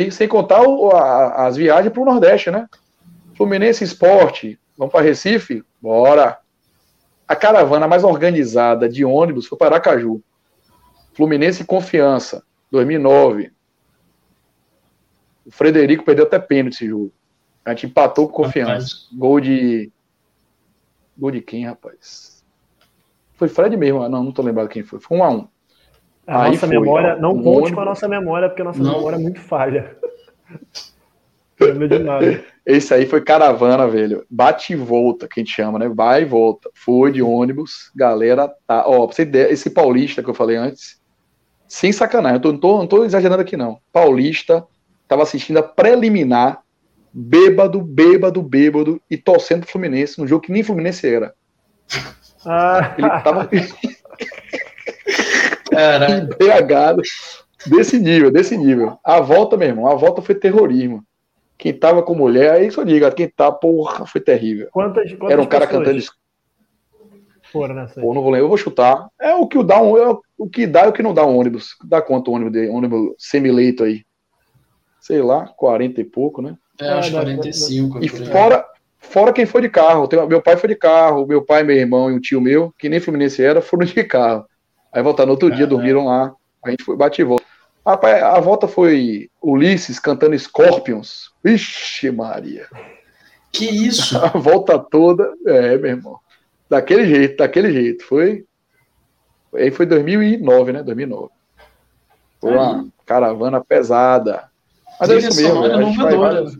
as viagens pro Nordeste, né? Fluminense Esporte, vamos para Recife? Bora! A caravana mais organizada de ônibus foi para Aracaju. Fluminense Confiança. 2009. O Frederico perdeu até pênalti esse jogo. A gente empatou com Confiança. Gol de quem, rapaz? Foi Fred mesmo. Não tô lembrado quem foi. Foi 1-1. A nossa memória, não conte com a nossa memória, porque a nossa memória é muito falha. Não lembro de nada. Esse aí foi caravana, velho. Bate e volta, que a gente chama, né? Vai e volta. Foi de ônibus, galera tá. Ó, pra você ter esse paulista que eu falei antes, sem sacanagem, eu não tô exagerando aqui, não. Paulista tava assistindo a preliminar, bêbado, e torcendo pro Fluminense, num jogo que nem Fluminense era. Ele tava embriagado. Desse nível. A volta, meu irmão, a volta foi terrorismo. Quem tava com mulher, aí só diga, quem tá, porra, foi terrível. Quantas era um cara cantando. Foram nessa aí? Pô, não vou lembrar, eu vou chutar. É o que dá o que dá e o que não dá um ônibus. Dá quanto o ônibus semi-leito aí? Sei lá, 40 e pouco, né? Acho 45. E fora quem foi de carro. Meu pai foi de carro, meu pai, meu irmão e um tio meu, que nem Fluminense era, foram de carro. Aí voltaram no outro dia, dormiram lá. A gente foi, bate e volta. Rapaz, a volta foi Ulisses cantando Scorpions. Vixe, Maria. Que isso? A volta toda, meu irmão. Daquele jeito. Aí foi 2009, né? 2009. Foi uma caravana pesada. Mas é isso mesmo. Inovadora.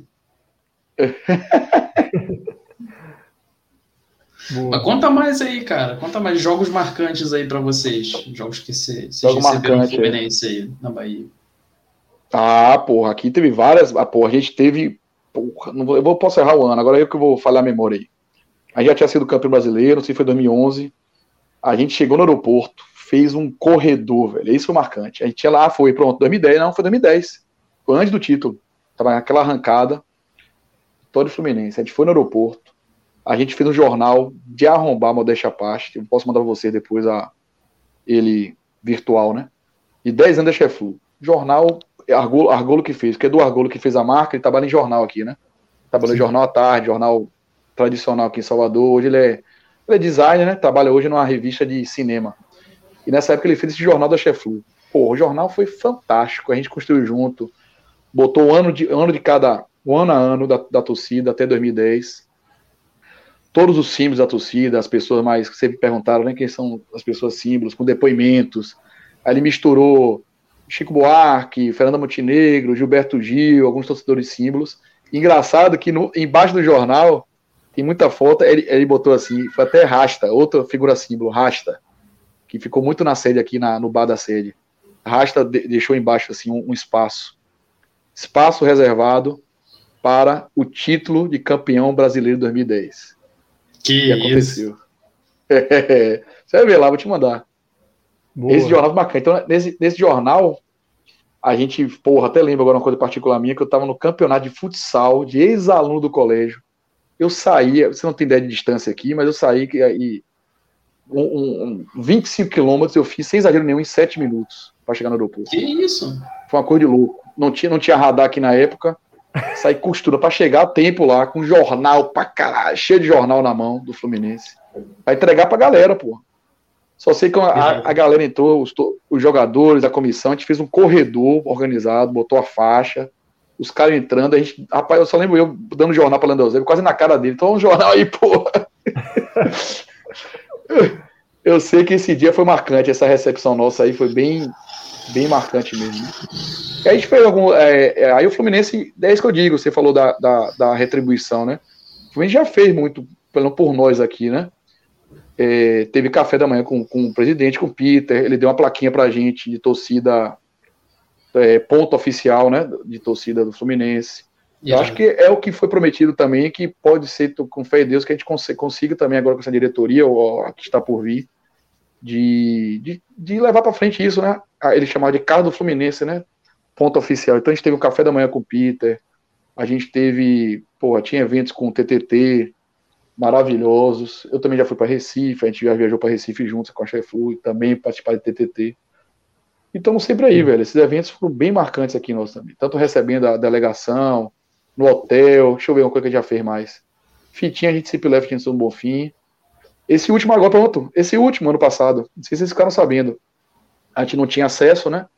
Mas conta mais aí, cara. Conta mais jogos marcantes aí pra vocês. Jogos que vocês receberam no Fluminense aí, na Bahia. Porra, aqui teve várias. A gente teve. Porra, posso errar o ano, agora eu que vou falhar a memória aí. A gente já tinha sido campeão brasileiro, não sei se foi 2011. A gente chegou no aeroporto, fez um corredor, velho. Isso foi marcante. A gente ia lá, foi 2010. Não, foi 2010. Foi antes do título. Tava naquela arrancada. Todo Fluminense. A gente foi no aeroporto. A gente fez um jornal de arrombar, modéstia à parte. Eu posso mandar pra você depois ele virtual, né? E 10 anos da Cheflu. Jornal, Argolo que fez. Porque é do Argolo que fez a marca, ele trabalha em jornal aqui, né? Trabalhou em jornal à tarde, jornal tradicional aqui em Salvador. Hoje ele é designer, né? Trabalha hoje numa revista de cinema. E nessa época ele fez esse jornal da Cheflu. Pô, o jornal foi fantástico. A gente construiu junto. Botou um ano a ano da torcida até 2010. Todos os símbolos da torcida, as pessoas mais que sempre perguntaram, né, quem são as pessoas símbolos, com depoimentos. Aí ele misturou Chico Buarque, Fernanda Montenegro, Gilberto Gil, alguns torcedores símbolos. Engraçado que embaixo do jornal tem muita foto, ele botou assim, foi até Rasta, outra figura símbolo, Rasta, que ficou muito na sede aqui, no bar da sede. Rasta deixou embaixo assim um espaço reservado para o título de campeão brasileiro 2010. Que aconteceu. Você vai ver lá, vou te mandar. Boa. Esse jornal é bacana. Então, nesse jornal, a gente, até lembro agora uma coisa particular minha, que eu estava no campeonato de futsal, de ex-aluno do colégio. Eu saía, você não tem ideia de distância aqui, mas eu saí e 25 quilômetros eu fiz, sem exagero nenhum, em 7 minutos para chegar no aeroporto. Que isso? Foi uma coisa de louco. Não tinha radar aqui na época. Saí costura para chegar a tempo lá, com jornal pra caralho, cheio de jornal na mão do Fluminense. Pra entregar pra galera, pô. Só sei que a galera entrou, os jogadores, a comissão, a gente fez um corredor organizado, botou a faixa, os caras entrando, rapaz, eu só lembro eu dando jornal pra Landauzinho, quase na cara dele, então um jornal aí, pô. Eu sei que esse dia foi marcante, essa recepção nossa aí foi bem marcante mesmo. E a gente fez aí o Fluminense, é isso que eu digo, você falou da retribuição, né? O Fluminense já fez muito, por nós aqui, né? Teve café da manhã com o presidente, com o Peter, ele deu uma plaquinha pra gente de torcida, ponto oficial, né? De torcida do Fluminense. Eu acho que é o que foi prometido também, que pode ser, com fé em Deus, que a gente consiga também agora com essa diretoria, ou a que está por vir, de levar para frente isso, né? Ele chamava de carro do Fluminense, né? Ponto oficial. Então a gente teve um café da manhã com o Peter, a gente teve, tinha eventos com o TTT maravilhosos. Eu também já fui para Recife, a gente já viajou para Recife juntos com a Cheflu, também participar de TTT. E estamos sempre aí, velho. Esses eventos foram bem marcantes aqui nós também. Tanto recebendo a delegação, no hotel, deixa eu ver uma coisa que a gente já fez mais. Fitinha a gente sempre leva, tinha sido um bom fim. Esse último agora, pronto. Esse último, ano passado, não sei se vocês ficaram sabendo. A gente não tinha acesso, né?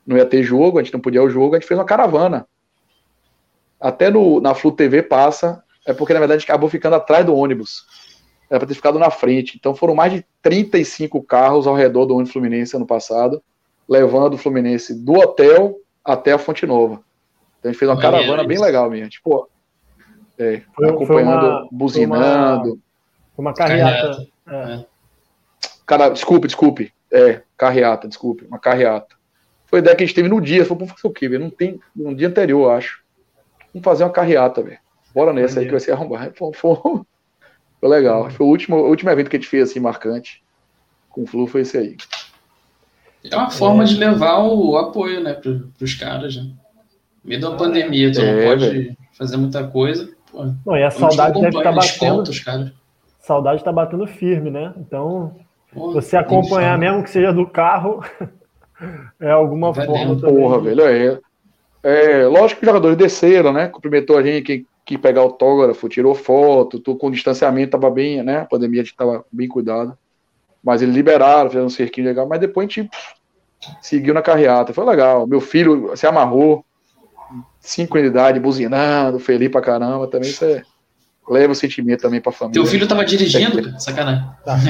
não ia ter jogo, a gente não podia ir ao jogo, a gente fez uma caravana. Até na Flu TV passa, é porque na verdade a gente acabou ficando atrás do ônibus. Era para ter ficado na frente. Então foram mais de 35 carros ao redor do ônibus Fluminense ano passado, levando o Fluminense do hotel até a Fonte Nova. Então a gente fez uma caravana bem legal mesmo. Tipo, acompanhando, buzinando. Foi uma carreata. Cara, desculpe. Carreata, desculpe. Uma carreata. Foi a ideia que a gente teve no dia. Falou, vamos fazer o quê, velho? Não tem. No dia anterior, eu acho. Vamos fazer uma carreata, velho. Bora nessa aí que vai ser arrombar. Foi legal. Foi o último evento que a gente fez assim, marcante. Com o Flu, foi esse aí. É uma forma de levar o apoio, né, pros caras, né? No meio da pandemia, tu não pode fazer muita coisa. Pô, não, e a saudade deve estar batendo. Cara. Saudade está batendo firme, né? Então, você acompanhar, mesmo que seja do carro, é alguma forma também. Porra, velho, lógico que os jogadores desceram, né? Cumprimentou a gente, que pegar autógrafo, tirou foto, com distanciamento, tava bem, né? A pandemia a gente tava bem cuidado. Mas eles liberaram, fizeram um cerquinho legal, mas depois a gente seguiu na carreata. Foi legal. Meu filho se amarrou, 5 anos de idade, buzinando, feliz pra caramba. Também isso leva o sentimento também pra família. Teu filho tava dirigindo? Sacanagem.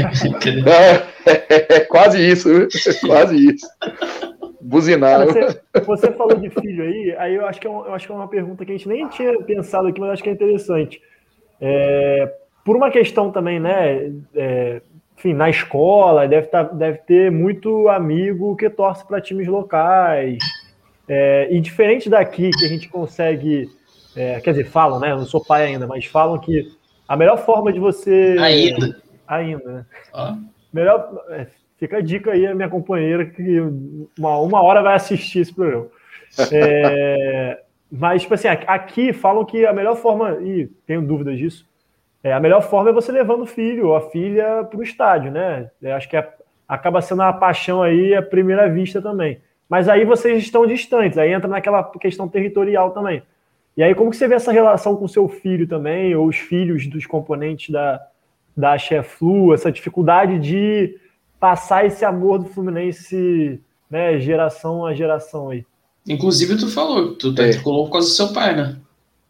Quase isso, viu? Quase isso. Buzinar. Você falou de filho aí eu acho que é uma pergunta que a gente nem tinha pensado aqui, mas acho que é interessante. Por uma questão também, né? Enfim, na escola, deve ter muito amigo que torce para times locais. E diferente daqui, que a gente consegue... quer dizer, falam, né? Eu não sou pai ainda, mas falam que a melhor forma de você... Ainda, né? Melhor... Fica a dica aí, a minha companheira, que uma hora vai assistir esse programa. Mas, tipo assim, aqui falam que a melhor forma, e tenho dúvidas disso, a melhor forma é você levando o filho ou a filha para o estádio, né? Eu acho que acaba sendo uma paixão aí à primeira vista também. Mas aí vocês estão distantes, aí entra naquela questão territorial também. E aí como que você vê essa relação com o seu filho também, ou os filhos dos componentes da Cheflu, essa dificuldade de passar esse amor do Fluminense, né, geração a geração aí? Inclusive tu falou, tu tricolor por causa do seu pai, né?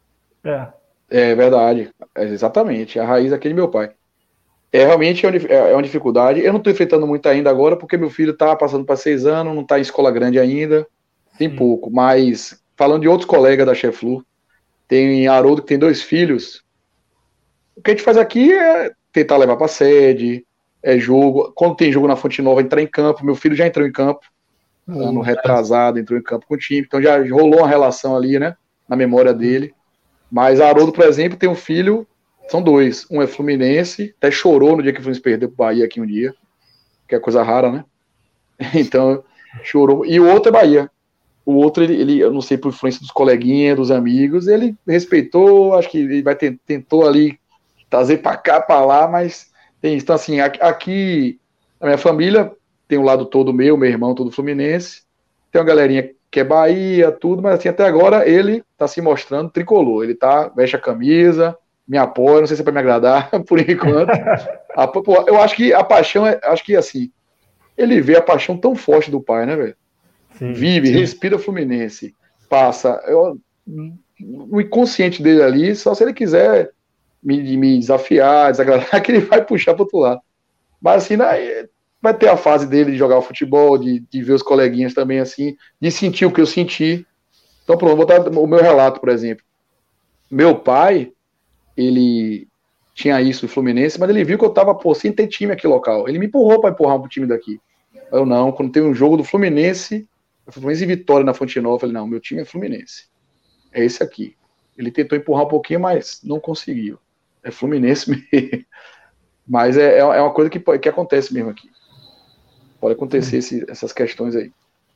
É verdade, exatamente, a raiz aqui de meu pai. Realmente é uma dificuldade. Eu não estou enfrentando muito ainda agora, porque meu filho está passando para 6 anos, não está em escola grande ainda, tem pouco. Mas, falando de outros colegas da Cheflu, tem Haroldo que tem 2 filhos. O que a gente faz aqui é tentar levar para a sede, jogo. Quando tem jogo na Fonte Nova, entrar em campo. Meu filho já entrou em campo, ano retrasado, entrou em campo com o time. Então já rolou uma relação ali, né, na memória dele. Mas Haroldo, por exemplo, tem um filho, são 2. Um é fluminense, até chorou no dia que o Fluminense perdeu pro Bahia aqui um dia, que é coisa rara, né? Então, chorou. E o outro é Bahia. O outro, ele eu não sei, por influência dos coleguinhas, dos amigos, ele respeitou, acho que ele tentou ali trazer pra cá, pra lá, mas tem isso. Então, assim, aqui, a minha família tem um lado todo meu irmão todo fluminense, tem uma galerinha que é Bahia, tudo, mas assim, até agora ele tá se mostrando tricolor. Ele veste a camisa, me apoia, não sei se é pra me agradar, por enquanto. Eu acho que a paixão, acho que assim, ele vê a paixão tão forte do pai, né, velho? Vive, respira Fluminense, passa. O inconsciente dele ali, só se ele quiser me desafiar, desagradar, que ele vai puxar pro outro lado. Mas assim, vai ter a fase dele de jogar o futebol, de ver os coleguinhas também assim, de sentir o que eu senti. Então, pronto, vou botar o meu relato, por exemplo. Meu pai, ele tinha isso no Fluminense, mas ele viu que eu tava, sem ter time aqui local. Ele me empurrou para empurrar um time daqui. Eu não, quando tem um jogo do Fluminense e Vitória na Fonte Nova, eu falei, não, meu time é Fluminense. É esse aqui. Ele tentou empurrar um pouquinho, mas não conseguiu. É Fluminense mesmo. Mas é uma coisa que acontece mesmo aqui. Pode acontecer essas questões aí.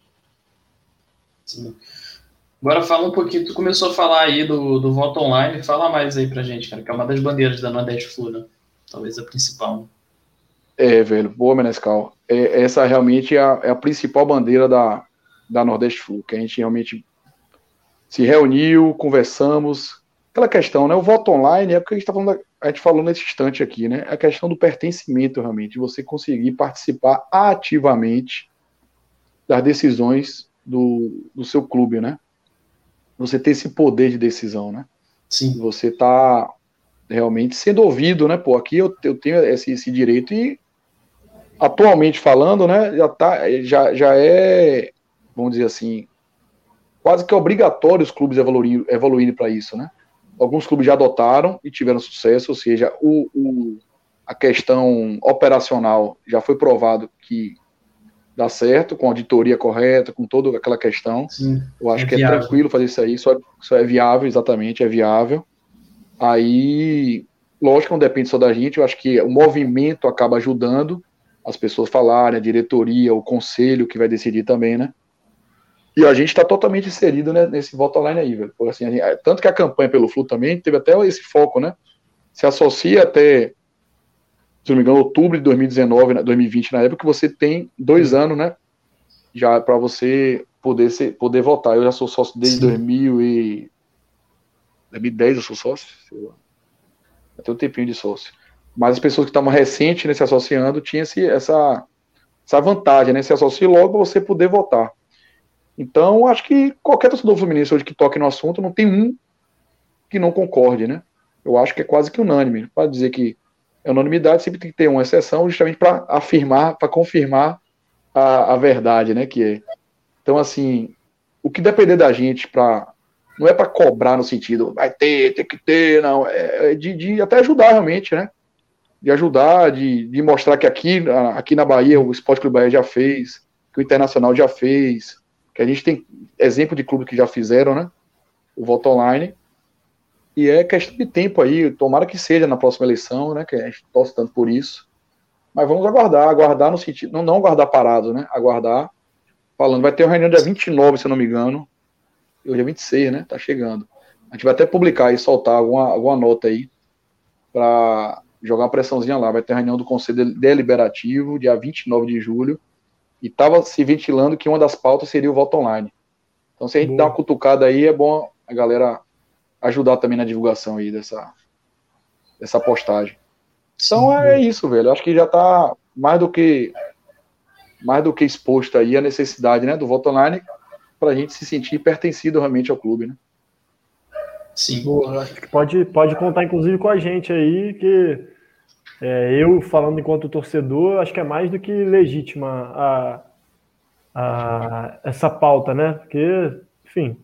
Sim. Agora fala um pouquinho, tu começou a falar aí do voto online, fala mais aí pra gente, cara, que é uma das bandeiras da Nordeste Flu, né? Talvez a principal. Velho, boa, Menescal. Essa realmente é a principal bandeira da Nordeste Flu, que a gente realmente se reuniu, conversamos. Aquela questão, né? O voto online é porque a gente falou nesse instante aqui, né? A questão do pertencimento, realmente, de você conseguir participar ativamente das decisões do seu clube, né? Você ter esse poder de decisão, né? Sim. Você tá realmente sendo ouvido, né? Pô, aqui eu tenho esse direito e, atualmente falando, né? Já é, vamos dizer assim, quase que obrigatório os clubes evoluírem para isso, né? Alguns clubes já adotaram e tiveram sucesso, ou seja, a questão operacional já foi provado que dá certo, com a auditoria correta, com toda aquela questão. Sim, eu acho que viável. É tranquilo fazer isso aí, só é viável, exatamente, é viável. Aí, lógico que não depende só da gente, eu acho que o movimento acaba ajudando as pessoas falarem, a diretoria, o conselho que vai decidir também, né? E a gente está totalmente inserido, né, nesse voto online aí, velho. Porque, assim, tanto que a campanha pelo Flu também teve até esse foco, né? Se associa até, se não me engano, outubro de 2019, 2020, na época que você tem 2 anos, né? Já para você poder votar. Eu já sou sócio desde 2010, eu sou sócio. Sei lá. Até um tempinho de sócio. Mas as pessoas que estavam recentes, né, se associando, tinham essa vantagem, né? Se associe logo para você poder votar. Então, acho que qualquer torcedor fluminense hoje que toque no assunto, não tem um que não concorde, né? Eu acho que é quase que unânime. Para dizer que é unanimidade, sempre tem que ter uma exceção, justamente para afirmar, para confirmar a verdade, né? Que é. Então, assim, o que depender da gente não é para cobrar no sentido, vai ter, tem que ter, não. É de até ajudar realmente, né? De ajudar, de mostrar que aqui na Bahia, o Sport Clube Bahia já fez, que o Internacional já fez, que a gente tem exemplo de clubes que já fizeram, né? O voto online. E é questão de tempo aí, tomara que seja na próxima eleição, né? Que a gente torce tanto por isso. Mas vamos aguardar no sentido, não aguardar parado, né? Aguardar, falando, vai ter uma reunião dia 29, se eu não me engano. Hoje é 26, né? Tá chegando. A gente vai até publicar e soltar alguma nota aí para jogar uma pressãozinha lá. Vai ter reunião do Conselho Deliberativo, dia 29 de julho. E estava se ventilando que uma das pautas seria o voto online. Então, se a gente dar uma cutucada aí, é bom a galera ajudar também na divulgação aí dessa postagem. Então, é isso, velho. Acho que já está mais do que exposto aí a necessidade, né, do voto online para a gente se sentir pertencido realmente ao clube, né? Sim. Boa, acho que pode contar, inclusive, com a gente aí, que eu, falando enquanto torcedor, acho que é mais do que legítima essa pauta, né? Porque, enfim,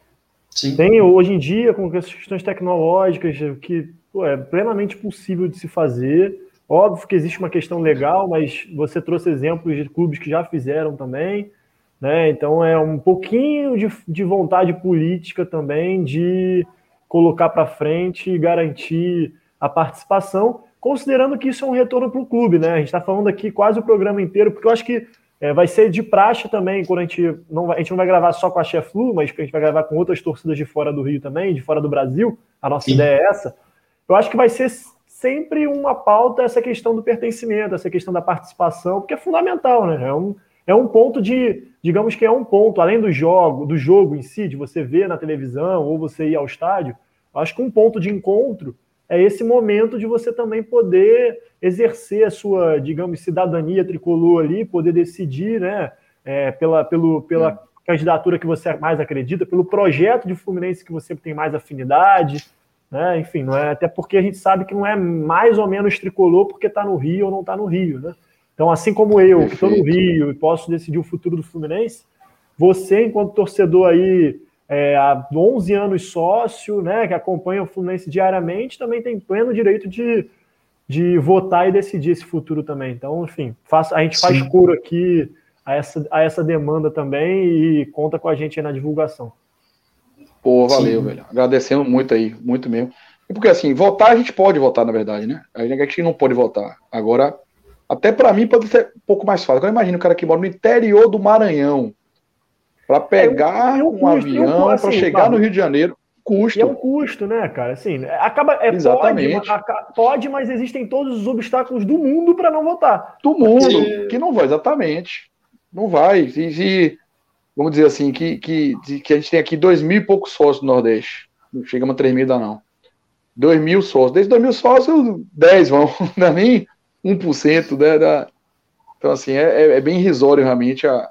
tem hoje em dia, com as questões tecnológicas, que é plenamente possível de se fazer. Óbvio que existe uma questão legal, mas você trouxe exemplos de clubes que já fizeram também, né? Então é um pouquinho de vontade política também de colocar para frente e garantir a participação, considerando que isso é um retorno para o clube, né? A gente está falando aqui quase o programa inteiro, porque eu acho que vai ser de praxe também, quando a gente não vai gravar só com a Cheflu, mas que a gente vai gravar com outras torcidas de fora do Rio também, de fora do Brasil. A nossa ideia é essa. Eu acho que vai ser sempre uma pauta essa questão do pertencimento, essa questão da participação, porque é fundamental, né? É um ponto digamos que é um ponto, além do jogo em si, de você ver na televisão ou você ir ao estádio, eu acho que um ponto de encontro é esse momento de você também poder exercer a sua, digamos, cidadania tricolor ali, poder decidir, né, pela candidatura que você mais acredita, pelo projeto de Fluminense que você tem mais afinidade, né? Enfim, não é, até porque a gente sabe que não é mais ou menos tricolor porque está no Rio ou não está no Rio, né? Então, assim como eu, que estou no Rio e posso decidir o futuro do Fluminense, você, enquanto torcedor aí, há 11 anos sócio, né, que acompanha o Fluminense diariamente, também tem pleno direito de votar e decidir esse futuro também. Então, enfim, a gente faz coro aqui a essa demanda também e conta com a gente aí na divulgação. Pô, valeu, velho. Agradecendo muito aí, muito mesmo. Porque assim, votar a gente pode votar, na verdade, né? A gente não pode votar. Agora, até para mim pode ser um pouco mais fácil. Agora imagina o cara que mora no interior do Maranhão para pegar um avião para chegar no Rio de Janeiro, custo. E é um custo, né, cara? Assim, exatamente. Pode, mas existem todos os obstáculos do mundo para não votar. Do mundo, que não vai, exatamente. Não vai. Vamos dizer assim, que a gente tem aqui 2.000 e poucos sócios no Nordeste. Não chegamos a 3.000 ainda não. 2.000 sócios. Desses 2.000 sócios, 10 vão. Não é nem 1%. Então, assim, é bem irrisório realmente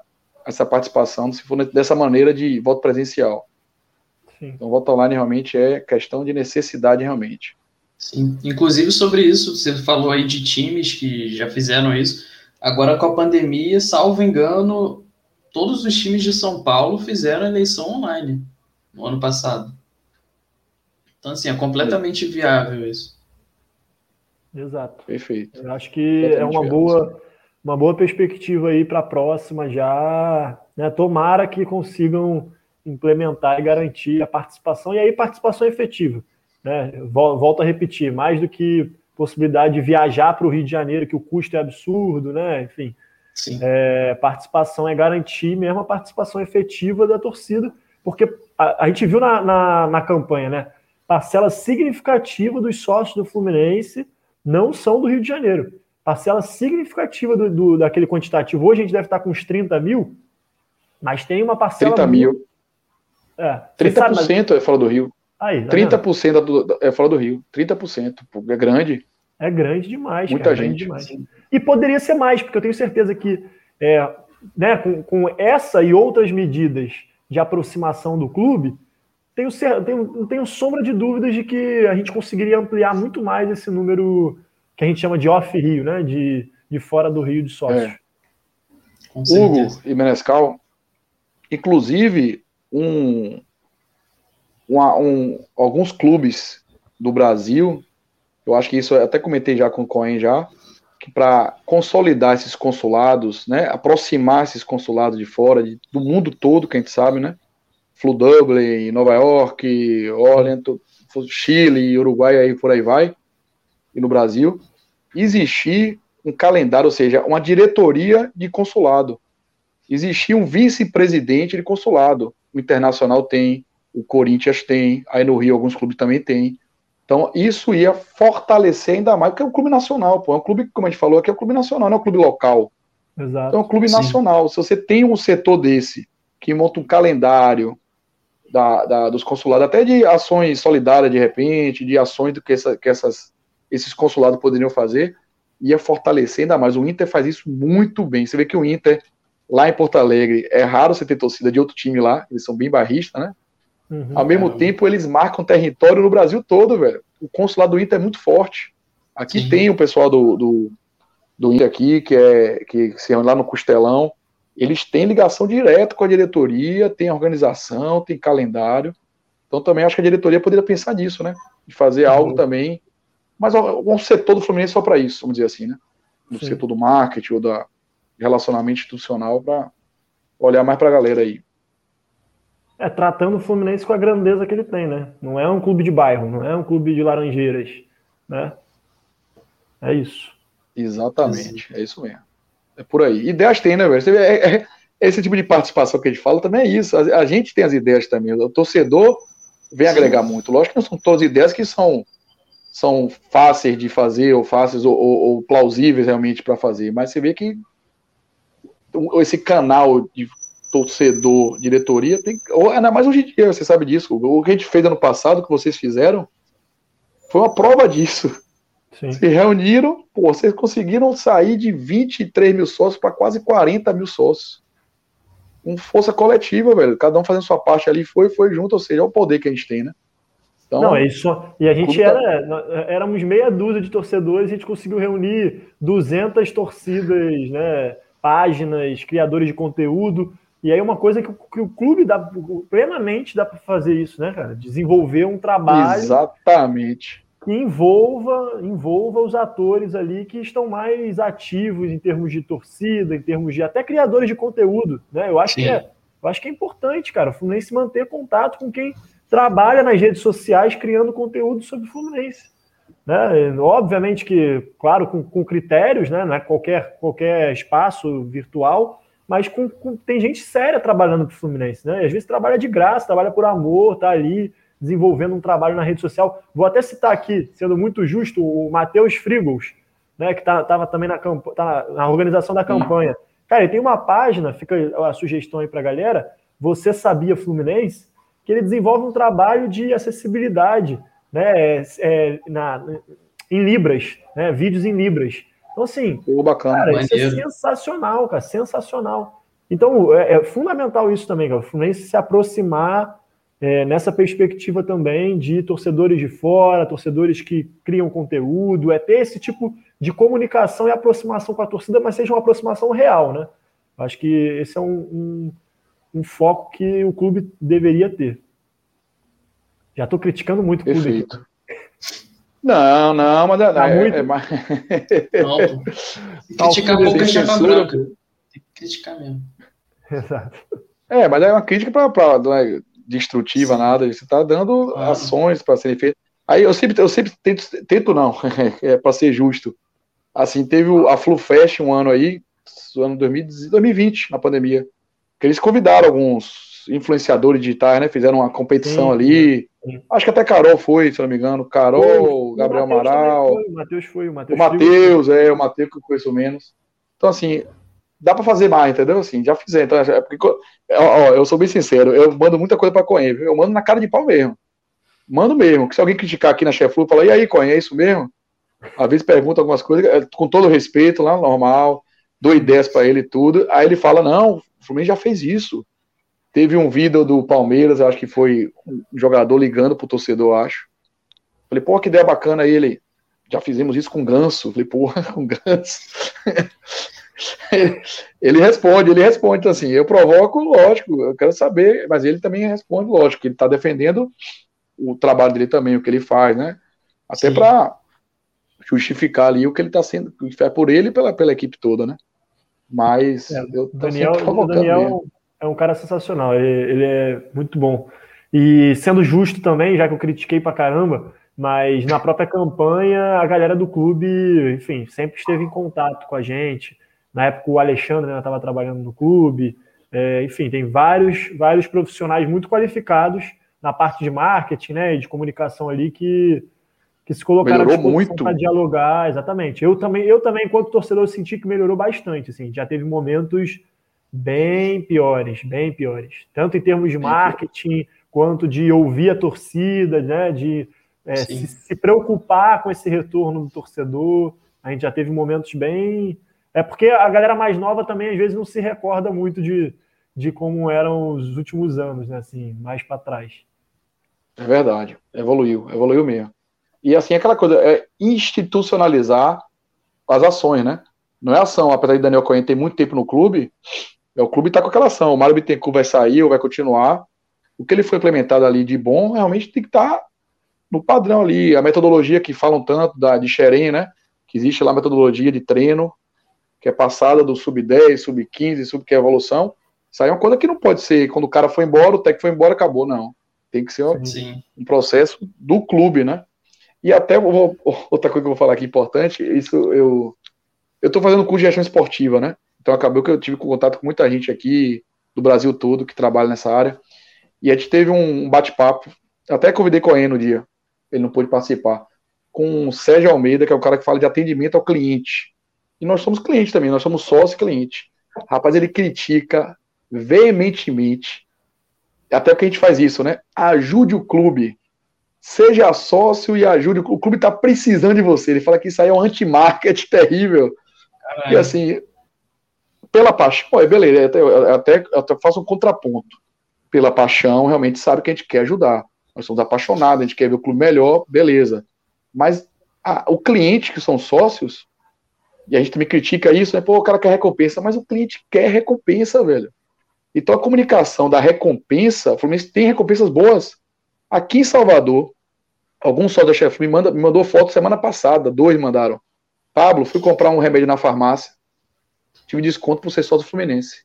essa participação, se for dessa maneira de voto presencial. Sim. Então, o voto online realmente é questão de necessidade, realmente. Sim, inclusive sobre isso, você falou aí de times que já fizeram isso. Agora, com a pandemia, salvo engano, todos os times de São Paulo fizeram eleição online no ano passado. Então, assim, é completamente viável isso. Exato. Perfeito. Eu acho que é uma boa perspectiva aí para a próxima já, né? Tomara que consigam implementar e garantir a participação, e aí participação efetiva, né? Volto a repetir, mais do que possibilidade de viajar para o Rio de Janeiro, que o custo é absurdo, né? Enfim, participação é garantir mesmo a participação efetiva da torcida, porque a gente viu na campanha, né? Parcela significativa dos sócios do Fluminense não são do Rio de Janeiro. Parcela significativa daquele quantitativo. Hoje a gente deve estar com uns 30 mil, mas tem uma parcela... 30 mil. 30% é fora do Rio. Aí, 30% é fora do Rio. 30%. É grande. É grande demais. Muita gente. Demais. E poderia ser mais, porque eu tenho certeza que né, com essa e outras medidas de aproximação do clube, não tenho sombra de dúvidas de que a gente conseguiria ampliar muito mais esse número que a gente chama de off-Rio, né? De fora do Rio de sócios. Hugo e Menescal, inclusive, alguns clubes do Brasil, eu acho que isso eu até comentei já com o Cohen que para consolidar esses consulados, né? Aproximar esses consulados de fora, do mundo todo, que a gente sabe, né? Flu Dublin, Nova York, Orlando, Chile, Uruguai, aí por aí vai, e no Brasil, existir um calendário, ou seja, uma diretoria de consulado. Existir um vice-presidente de consulado. O Internacional tem, o Corinthians tem, aí no Rio alguns clubes também tem. Então, isso ia fortalecer ainda mais, porque é um clube nacional, pô. É um clube, como a gente falou aqui, é um clube nacional, não é um clube local. Exato. Então, é um clube nacional. Se você tem um setor desse, que monta um calendário dos consulados, até de ações solidárias, de repente, de ações do que esses consulados poderiam fazer, ia fortalecer ainda mais. O Inter faz isso muito bem. Você vê que o Inter, lá em Porto Alegre, é raro você ter torcida de outro time lá, eles são bem barristas, né? Ao mesmo tempo, eles marcam território no Brasil todo, velho. O consulado do Inter é muito forte. Aqui tem o pessoal do Inter aqui, que se reúne lá no Costelão. Eles têm ligação direta com a diretoria, tem organização, tem calendário. Então também acho que a diretoria poderia pensar nisso, né? De fazer algo também, mas um setor do Fluminense só para isso, vamos dizer assim, né? No setor do marketing ou do relacionamento institucional, para olhar mais para a galera aí. Tratando o Fluminense com a grandeza que ele tem, né? Não é um clube de bairro, não é um clube de Laranjeiras, né? É isso. Exatamente, é isso mesmo. É por aí. Ideias tem, né, velho? Esse tipo de participação que a gente fala também é isso. A gente tem as ideias também. O torcedor vem agregar muito. Lógico que não são todas ideias que são fáceis de fazer, ou fáceis ou plausíveis realmente para fazer. Mas você vê que esse canal de torcedor, diretoria, ainda mais hoje em dia, você sabe disso. O que a gente fez ano passado, que vocês fizeram, foi uma prova disso. Sim. Se reuniram, vocês conseguiram sair de 23 mil sócios para quase 40 mil sócios. Com força coletiva, velho. Cada um fazendo sua parte ali, foi junto, ou seja, é o poder que a gente tem, né? Então, não, é isso. E a gente éramos meia dúzia de torcedores, a gente conseguiu reunir 200 torcidas, né? Páginas, criadores de conteúdo. E aí uma coisa que o clube plenamente dá para fazer isso, né, cara? Desenvolver um trabalho... Exatamente. Que envolva os atores ali que estão mais ativos em termos de torcida, em termos de até criadores de conteúdo, né? Eu acho que é importante, cara, o Fluminense manter contato com quem trabalha nas redes sociais criando conteúdo sobre o Fluminense, né? Obviamente que, claro, com critérios, né? Não é qualquer espaço virtual, mas tem gente séria trabalhando para o Fluminense, né? E às vezes trabalha de graça, trabalha por amor, tá ali desenvolvendo um trabalho na rede social. Vou até citar aqui, sendo muito justo, o Matheus Frigols, né, que estava também na organização da campanha. Cara, ele tem uma página, fica a sugestão aí para a galera, Você Sabia Fluminense, que ele desenvolve um trabalho de acessibilidade, né, em Libras, né, vídeos em Libras. Então, assim, bacana, cara, isso é sensacional, cara, sensacional. Então, é fundamental isso também, cara. O Fluminense se aproximar nessa perspectiva também de torcedores de fora, torcedores que criam conteúdo, ter esse tipo de comunicação e aproximação com a torcida, mas seja uma aproximação real, né? Acho que esse é um foco que o clube deveria ter. Já estou criticando muito o clube. Perfeito. Não, mas muito... Criticar pouco é chapa branca. Tem que criticar mesmo. Exato. Mas é uma crítica não é destrutiva, nada. Você está dando ações para serem feitas. Aí eu sempre tento não, para ser justo. Assim, teve a Flu Fest um ano aí, ano 2020, na pandemia, que eles convidaram alguns influenciadores digitais, né? Fizeram uma competição ali. Sim. Acho que até Carol foi, se não me engano. Carol, Gabriel Amaral. O Matheus foi. O Matheus que eu conheço menos. Então, assim, dá para fazer mais, entendeu? Assim, já fizeram. Então, eu sou bem sincero, eu mando muita coisa para Coen, viu? Eu mando na cara de pau mesmo. Mando mesmo. Que se alguém criticar aqui na Cheflu, fala, e aí, Coen, é isso mesmo? Às vezes pergunta algumas coisas, com todo respeito, lá normal, dou ideias para ele e tudo. Aí ele fala, não, o Fluminense já fez isso. Teve um vídeo do Palmeiras, acho que foi um jogador ligando pro torcedor, acho. Falei, pô, que ideia bacana aí. Ele, já fizemos isso com o Ganso. Falei, porra, com o Ganso. ele responde. Então, assim, eu provoco, lógico, eu quero saber, mas ele também responde, lógico, que ele tá defendendo o trabalho dele também, o que ele faz, né? Até para justificar ali o que ele tá sendo, o que faz por ele e pela equipe toda, né? Mas eu tô o Daniel é um cara sensacional, ele é muito bom. E sendo justo também, já que eu critiquei pra caramba, mas na própria campanha, a galera do clube, enfim, sempre esteve em contato com a gente. Na época o Alexandre estava trabalhando no clube. Enfim, tem vários profissionais muito qualificados na parte de marketing, né, e de comunicação ali que se colocaram à disposição para dialogar. Exatamente. Eu também, enquanto torcedor, senti que melhorou bastante. Assim, já teve momentos bem piores. Tanto em termos de marketing, quanto de ouvir a torcida, né, de se preocupar com esse retorno do torcedor. A gente já teve momentos bem... porque a galera mais nova também, às vezes, não se recorda muito de como eram os últimos anos, né, assim, mais para trás. É verdade. Evoluiu mesmo. E assim, aquela coisa, institucionalizar as ações, né? Não é ação, apesar de Daniel Coen ter muito tempo no clube, o clube está com aquela ação. O Mário Bittencourt vai sair ou vai continuar. O que ele foi implementado ali de bom, realmente tem que estar no padrão ali. A metodologia que falam tanto de Xerém, né? Que existe lá a metodologia de treino, que é passada do sub-10, sub-15, que é evolução. Isso aí é uma coisa que não pode ser, quando o cara foi embora, o técnico foi embora, acabou, não. Tem que ser um processo do clube, né? E até outra coisa que eu vou falar aqui importante, isso eu estou fazendo curso de gestão esportiva, né? Então acabou que eu tive contato com muita gente aqui do Brasil todo que trabalha nessa área. E a gente teve um bate-papo, até convidei Coen no dia, ele não pôde participar, com o Sérgio Almeida, que é o cara que fala de atendimento ao cliente. E nós somos clientes também, nós somos sócio cliente. Rapaz, ele critica veementemente, até porque a gente faz isso, né? Ajude o clube. Seja sócio e ajude. O clube está precisando de você. Ele fala que isso aí é um anti-marketing terrível. Caralho. E assim, pela paixão, beleza, eu até faço um contraponto. Pela paixão, realmente sabe que a gente quer ajudar. Nós somos apaixonados, a gente quer ver o clube melhor, beleza. Mas o cliente, que são sócios, e a gente também critica isso, né? Pô, o cara quer recompensa, mas o cliente quer recompensa, velho. Então a comunicação da recompensa, o Fluminense tem recompensas boas. Aqui em Salvador, alguns só da chefe me mandou foto semana passada, 2 mandaram. Pablo, fui comprar um remédio na farmácia, tive desconto por ser sócio do Fluminense.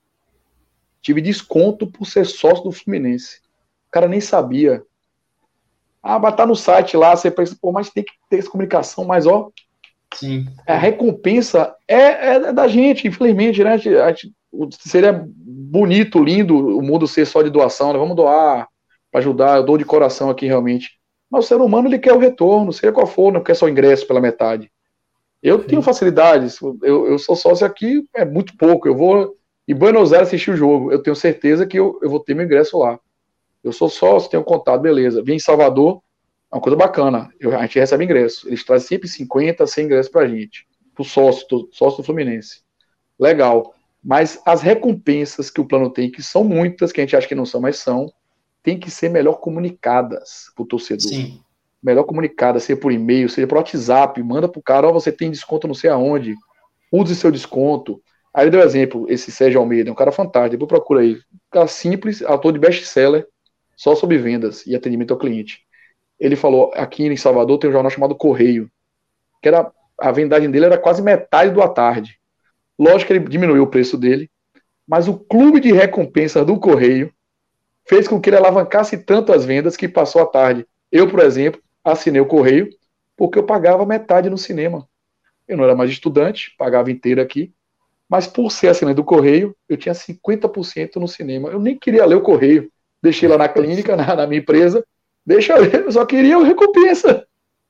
O cara nem sabia. Mas tá no site lá, você pensa, pô, mas tem que ter essa comunicação, mas Sim. A recompensa é da gente, infelizmente, né? Seria bonito, lindo o mundo ser só de doação, né? Vamos doar para ajudar, eu dou de coração aqui realmente. Mas o ser humano, ele quer o retorno, seja qual for, não quer só o ingresso pela metade. Eu tenho facilidades, eu sou sócio aqui, é muito pouco, eu vou em Buenos Aires assistir o jogo, eu tenho certeza que eu vou ter meu ingresso lá. Eu sou sócio, tenho contato, beleza. Vim em Salvador, é uma coisa bacana, a gente recebe ingresso, eles trazem sempre 50, 100 ingressos pra gente, pro sócio do Fluminense. Legal. Mas as recompensas que o plano tem, que são muitas, que a gente acha que não são, mas são, tem que ser melhor comunicadas para o torcedor. Sim. Melhor comunicada, seja por e-mail, seja por WhatsApp, manda pro cara, ó, você tem desconto não sei aonde, use seu desconto. Aí ele deu exemplo, esse Sérgio Almeida, é um cara fantástico, depois procura aí. Um cara simples, autor de best-seller, só sobre vendas e atendimento ao cliente. Ele falou, aqui em Salvador tem um jornal chamado Correio, que era, a vendagem dele era quase metade do à tarde. Lógico que ele diminuiu o preço dele, mas o clube de recompensas do Correio fez com que ele alavancasse tanto as vendas que passou a tarde. Eu, por exemplo, assinei o Correio porque eu pagava metade no cinema. Eu não era mais estudante, pagava inteiro aqui, mas por ser assinante do Correio, eu tinha 50% no cinema. Eu nem queria ler o Correio. Deixei lá na clínica, na minha empresa, deixa eu ler, eu só queria a recompensa.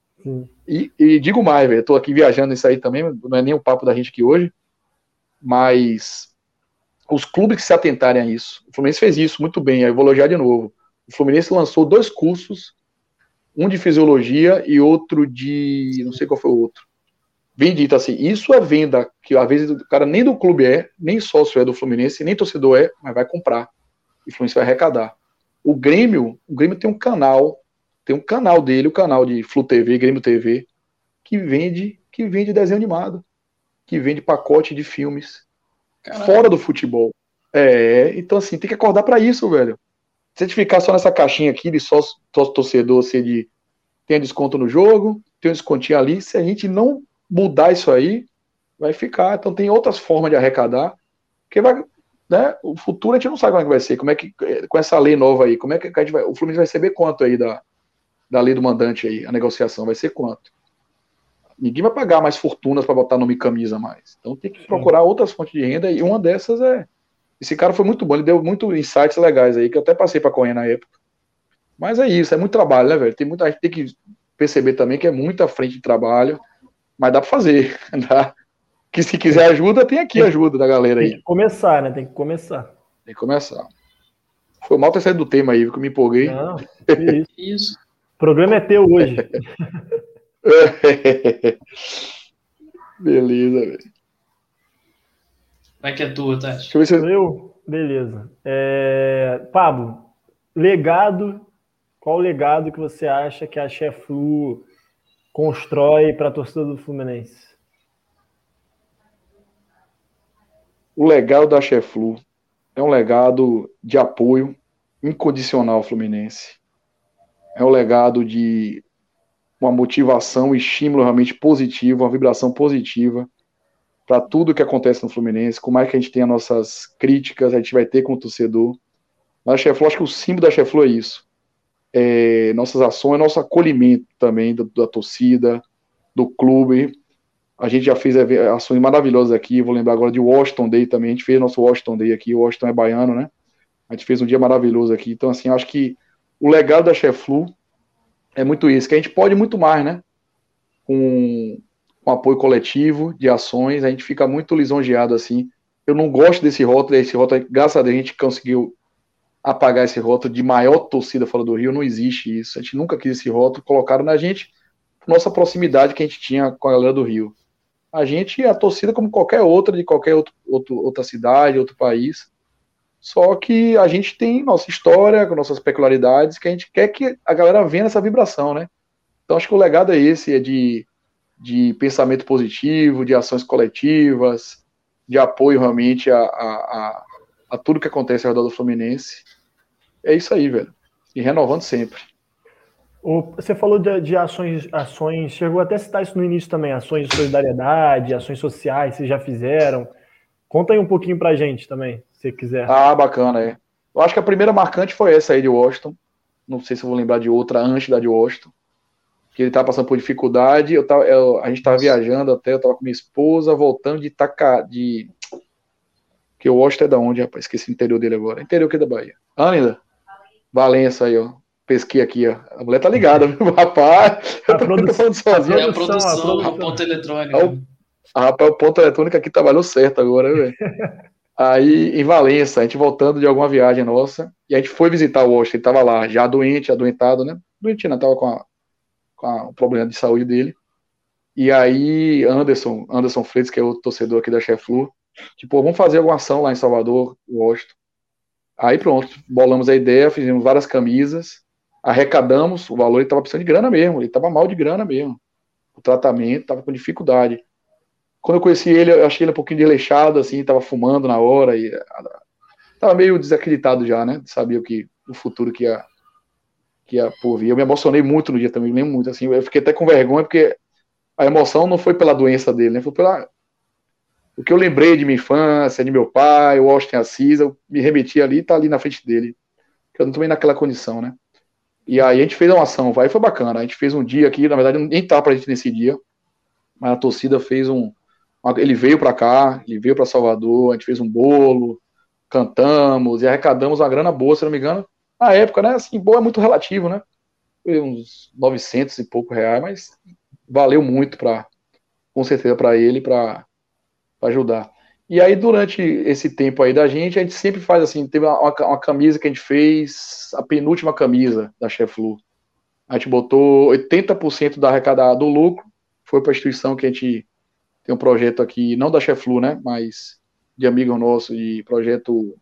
E digo mais, velho, eu tô aqui viajando isso aí também, não é nem o papo da gente aqui hoje, mas os clubes que se atentarem a isso, o Fluminense fez isso muito bem, aí eu vou elogiar de novo. O Fluminense lançou 2 cursos, um de fisiologia e outro de, não sei qual foi o outro. Bem dito assim, isso é venda, que às vezes o cara nem do clube nem sócio é do Fluminense, nem torcedor mas vai comprar. E o Fluminense vai arrecadar. O Grêmio tem um canal dele, o canal de Flu TV, Grêmio TV, que vende desenho animado, que vende pacote de filmes. Caralho. Fora do futebol. Então assim, tem que acordar para isso, velho. Se a gente ficar só nessa caixinha aqui de sócio torcedor, assim, de tem desconto no jogo, tem um descontinho ali, se a gente não mudar isso aí, vai ficar. Então tem outras formas de arrecadar, porque vai, né, o futuro a gente não sabe como é que vai ser, como é que, com essa lei nova aí, como é que a gente vai, o Fluminense vai receber quanto aí da lei do mandante aí, a negociação vai ser quanto? Ninguém vai pagar mais fortunas para botar nome e camisa mais. Então tem que procurar outras fontes de renda, e uma dessas esse cara foi muito bom, ele deu muitos insights legais aí, que eu até passei para correr na época. Mas é isso, é muito trabalho, né, velho? A gente tem que perceber também que é muita frente de trabalho, mas dá para fazer. Dá. Que se quiser ajuda, tem aqui ajuda da galera aí. Tem que começar, né? Tem que começar. Tem que começar. Foi mal ter saído do tema aí, que eu me empolguei. Não, isso. O programa é teu hoje. Beleza, velho. Vai que é tua, Tati. Deixa eu ver se eu... Beleza. Pablo, legado. Qual o legado que você acha que a Cheflu constrói para a torcida do Fluminense? O legado da Cheflu é um legado de apoio incondicional ao Fluminense. É um legado de uma motivação e estímulo realmente positivo, uma vibração positiva para tudo que acontece no Fluminense. Como é que a gente tem as nossas críticas, a gente vai ter com o torcedor. Mas a Cheflu, acho que o símbolo da Cheflu é isso. Nossas ações, nosso acolhimento também da torcida, do clube. A gente já fez ações maravilhosas aqui, vou lembrar agora de Washington Day também, a gente fez nosso Washington Day aqui, o Washington é baiano, né? A gente fez um dia maravilhoso aqui, então assim, acho que o legado da Cheflu é muito isso, que a gente pode muito mais, né? Com apoio coletivo de ações, a gente fica muito lisonjeado assim. Eu não gosto desse rótulo, graças a Deus a gente conseguiu apagar esse rótulo de maior torcida fora do Rio, não existe isso, a gente nunca quis esse rótulo, colocaram na gente nossa proximidade que a gente tinha com a galera do Rio. A gente é a torcida como qualquer outra, de qualquer outra cidade, outro país, só que a gente tem nossa história, com nossas peculiaridades, que a gente quer que a galera venha nessa vibração, né? Então acho que o legado é esse, de pensamento positivo, de ações coletivas, de apoio realmente a tudo que acontece ao redor do Fluminense. É isso aí, velho. E renovando sempre. Você falou de ações, chegou até a citar isso no início também, ações de solidariedade, ações sociais, vocês já fizeram. Conta aí um pouquinho pra gente também, se você quiser. Ah, bacana, Eu acho que a primeira marcante foi essa aí de Washington. Não sei se eu vou lembrar de outra antes da de Washington. Que ele tava passando por dificuldade. A gente tava viajando até, eu tava com minha esposa, voltando de Itaca... Que o Washington é da onde, rapaz? Esqueci o interior dele agora. Interior aqui da Bahia. Ânida? Valença aí, ó. Pesquei aqui, ó. A mulher tá ligada, viu, rapaz? Eu tô falando sozinho. A produção, a ponta eletrônica. Rapaz, o ponto eletrônico aqui trabalhou certo agora, velho. Aí, em Valença, a gente voltando de alguma viagem nossa, e a gente foi visitar o Washington, ele tava lá, já adoentado, né? Doentinho, tava com o problema de saúde dele. E aí, Anderson Freitas, que é o torcedor aqui da Cheflu, Tipo, vamos fazer alguma ação lá em Salvador, Washington. Aí pronto, bolamos a ideia, fizemos várias camisas, arrecadamos o valor, ele estava precisando de grana mesmo, ele estava mal de grana mesmo. O tratamento, estava com dificuldade. Quando eu conheci ele, eu achei ele um pouquinho desleixado, assim, estava fumando na hora, e estava meio desacreditado já, né? Sabia o futuro que ia por vir. Eu me emocionei muito no dia também, lembro muito, assim, eu fiquei até com vergonha, porque a emoção não foi pela doença dele, né? Foi o que eu lembrei de minha infância, de meu pai, o Austin Assis, eu me remeti ali e tá ali na frente dele. Eu não tomei naquela condição, né? E aí a gente fez uma ação, vai, foi bacana. A gente fez um dia aqui, na verdade nem tava pra gente nesse dia, mas a torcida fez ele veio pra cá, ele veio pra Salvador, a gente fez um bolo, cantamos e arrecadamos uma grana boa, se não me engano. Na época, né? Assim, boa é muito relativo, né? Foi uns 900 e pouco reais, mas valeu muito com certeza para ele, para ajudar. E aí, durante esse tempo aí da gente, a gente sempre faz assim, teve uma camisa que a gente fez, a penúltima camisa da Cheflu. A gente botou 80% do lucro, foi para a instituição que a gente tem um projeto aqui, não da Cheflu, né, mas de amigo nosso, de projeto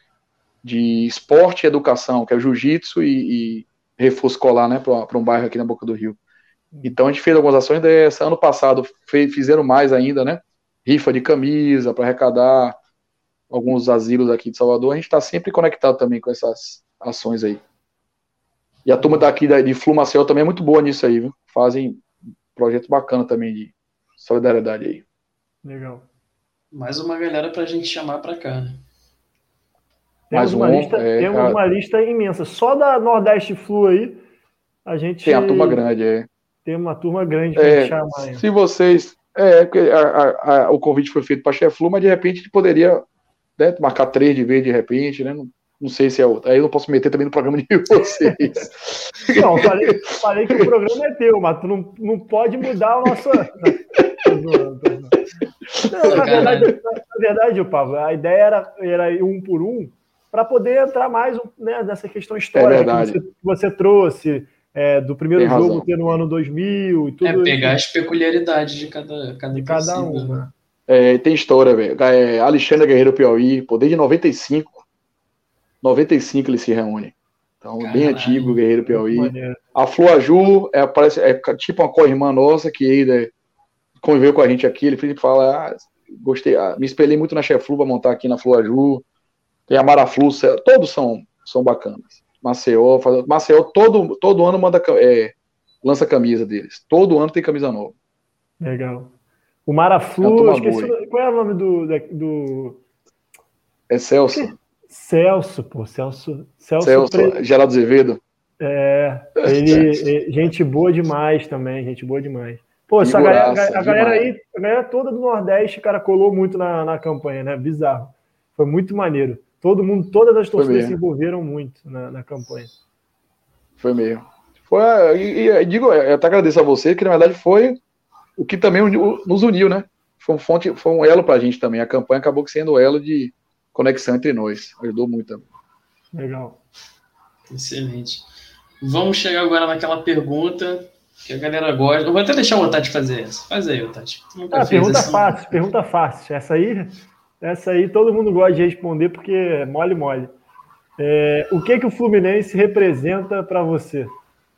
de esporte e educação, que é o jiu-jitsu e reforço escolar, né, para um bairro aqui na Boca do Rio. Então a gente fez algumas ações dessa. Ano passado fizeram mais ainda, né? Rifa de camisa para arrecadar alguns asilos aqui de Salvador. A gente está sempre conectado também com essas ações aí. E a turma daqui de Flu Maceió também é muito boa nisso aí, viu? Fazem projeto bacana também de solidariedade aí. Legal. Mais uma galera pra gente chamar pra cá, né? Temos uma lista imensa. Só da Nordeste Flu aí, a gente... Tem a turma grande, Tem uma turma grande para chamar. Se vocês... porque o convite foi feito para Cheflu, mas de repente a gente poderia, né, marcar 3 de vez de repente, né? Não sei se é outro. Aí eu não posso meter também no programa de vocês. Não, falei que o programa é teu, mas tu não pode mudar a nossa... Na verdade, Pablo, a ideia era ir um por um para poder entrar mais, né, nessa questão histórica que você trouxe, do primeiro jogo ter no ano 2000 e tudo. Pegar as peculiaridades de cada um. Né? Tem história, velho. Alexandre Guerreiro Piauí, poder de 95 ele se reúne. Então, caralho, bem antigo, Guerreiro Piauí. A Fluaju parece tipo uma co-irmã nossa que conviveu com a gente aqui. Ele fala, gostei, me espelhei muito na Cheflu para montar aqui na Fluaju. Tem a Maraflu, todos são bacanas. Maceió todo ano lança camisa deles. Todo ano tem camisa nova. Legal. O Maraflu, esqueci, qual é o nome do... É Celso. Celso, pô. Celso Geraldo Azevedo. Ele gente boa demais também, gente boa demais. Pô, essa galera aí, a galera toda do Nordeste, cara, colou muito na campanha, né? Bizarro. Foi muito maneiro. Todas as torcidas se envolveram muito na campanha. Foi mesmo. Eu até agradeço a você, que na verdade foi o que também nos uniu, né? Foi um elo pra gente também. A campanha acabou sendo o elo de conexão entre nós. Ajudou muito também. Legal. Excelente. Vamos chegar agora naquela pergunta que a galera gosta. Eu vou até deixar o Otati fazer essa. Faz aí, Otati. Pergunta fácil. Essa aí todo mundo gosta de responder porque é mole. O que o Fluminense representa para você?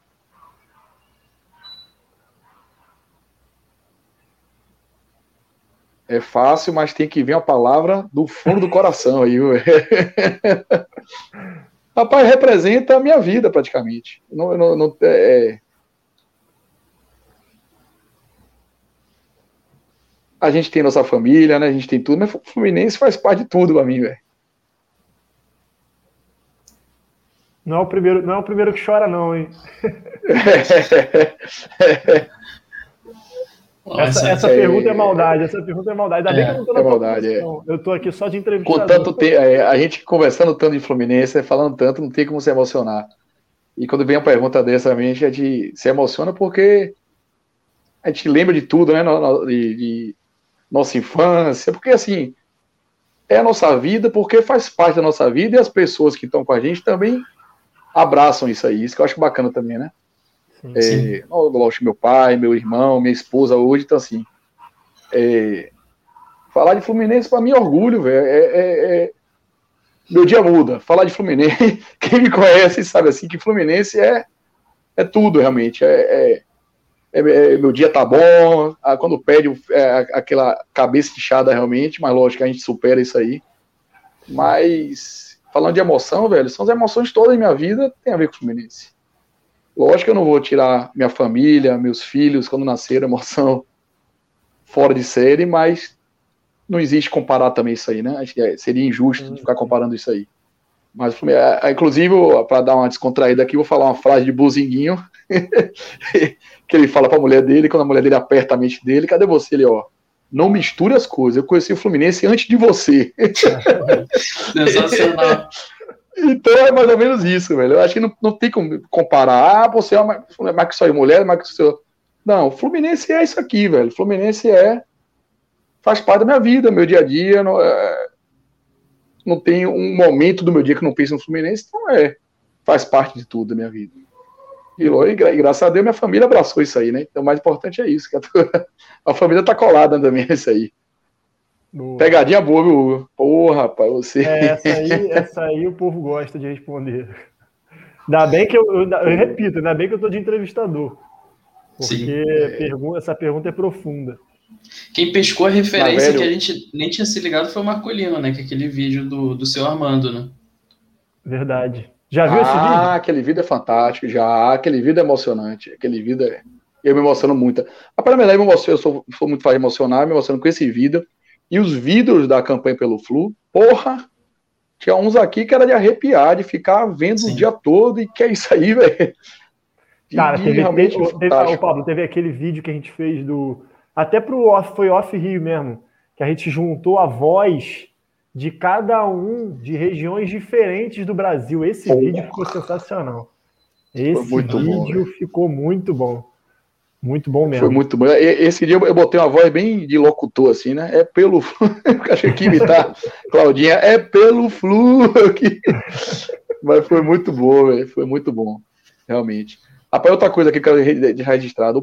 É fácil, mas tem que vir a palavra do fundo do coração aí. Rapaz, representa a minha vida praticamente. A gente tem nossa família, né? A gente tem tudo, mas o Fluminense faz parte de tudo pra mim, velho. Não é o primeiro que chora, não, hein? Essa pergunta é maldade. Ainda bem que eu não tô na posição. Eu tô aqui só de entrevistador. Com tanto tempo, a gente conversando tanto de Fluminense, falando tanto, não tem como se emocionar. E quando vem uma pergunta dessa, a gente se emociona porque a gente lembra de tudo, né? De nossa infância, porque assim, é a nossa vida, porque faz parte da nossa vida e as pessoas que estão com a gente também abraçam isso aí. Isso que eu acho bacana também, né? Sim. Lógico, meu pai, meu irmão, minha esposa hoje, então assim, Falar de Fluminense para mim é orgulho, velho. Meu dia muda. Falar de Fluminense, quem me conhece sabe assim que Fluminense é tudo, realmente. Meu dia tá bom, quando perde aquela cabeça inchada realmente, mas lógico que a gente supera isso aí. Mas, falando de emoção, velho, são as emoções todas da minha vida tem a ver com o Fluminense. Lógico que eu não vou tirar minha família, meus filhos, quando nasceram, emoção fora de série, mas não existe comparar também isso aí, né? Acho que seria injusto de ficar comparando isso aí. Mas, inclusive, para dar uma descontraída aqui, vou falar uma frase de Buzinguinho, que ele fala para a mulher dele, quando a mulher dele aperta a mente dele, cadê você? Ele, não misture as coisas, eu conheci o Fluminense antes de você. Sensacional. Então é mais ou menos isso, velho. Eu acho que não tem como comparar, você é mais que só mulher, mais que só... Não, o Fluminense é isso aqui, velho. O Fluminense faz parte da minha vida, meu dia a dia, não tem um momento do meu dia que eu não penso no Fluminense, então faz parte de tudo da minha vida. E graças a Deus minha família abraçou isso aí, né? Então o mais importante é isso, que a família tá colada também, isso aí. Boa. Pegadinha boa, viu, Hugo? Porra, rapaz, você... Essa aí o povo gosta de responder. Ainda bem que eu repito, ainda bem que eu tô de entrevistador. Porque essa pergunta é profunda. Quem pescou a referência que a gente nem tinha se ligado foi o Marcolino, né? Que é aquele vídeo do seu Armando, né? Verdade. Já viu esse vídeo? Aquele vídeo é fantástico, já. Aquele vídeo é emocionante. Aquele vídeo eu me emociono muito. Para mim, eu sou muito fácil de emocionar, me emociono com esse vídeo. E os vídeos da campanha pelo Flu, porra, tinha uns aqui que era de arrepiar, de ficar vendo o dia todo, e que é isso aí, velho. Cara, Pablo, teve aquele vídeo que a gente fez até foi off Rio mesmo, que a gente juntou a voz de cada um de regiões diferentes do Brasil. Esse vídeo ficou sensacional. Esse vídeo ficou muito bom. Muito bom mesmo. Foi muito bom. Esse dia eu botei uma voz bem de locutor, assim, né? É pelo Flu. Porque achei que imitar Claudinha. É pelo Flu. Mas foi muito bom, velho. Foi muito bom. Realmente. Rapaz, outra coisa aqui que eu quero registrado.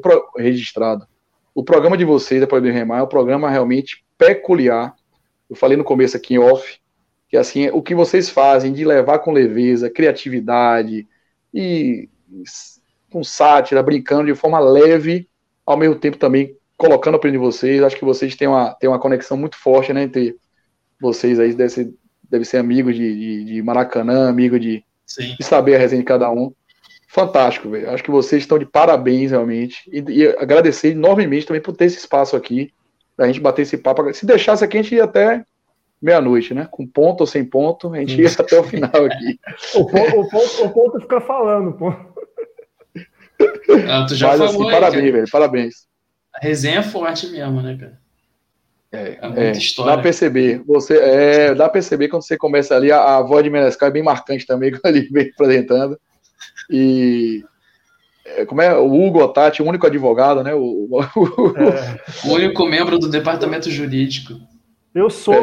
O programa de vocês, da Proibido Remar, é um programa realmente peculiar. Eu falei no começo aqui em off, que assim, o que vocês fazem de levar com leveza, criatividade e com sátira, brincando de forma leve, ao mesmo tempo também colocando a opinião de vocês. Acho que vocês têm uma conexão muito forte, né, entre vocês aí, deve ser amigos de Maracanã, amigo de saber a resenha de cada um. Fantástico, velho. Acho que vocês estão de parabéns, realmente. E agradecer enormemente também por ter esse espaço aqui, da gente bater esse papo. Se deixasse aqui, a gente ia até meia-noite, né? Com ponto ou sem ponto, a gente ia até o final aqui. O ponto fica falando, pô. Tu já falou, assim, parabéns, velho. Parabéns. A resenha é forte mesmo, né, cara? É muita história. Dá pra perceber. Dá pra perceber quando você começa ali, a voz de Menescal é bem marcante também, quando ele vem apresentando. E como é? O Hugo Otati, o único advogado, né? O único membro do departamento jurídico. Eu sou.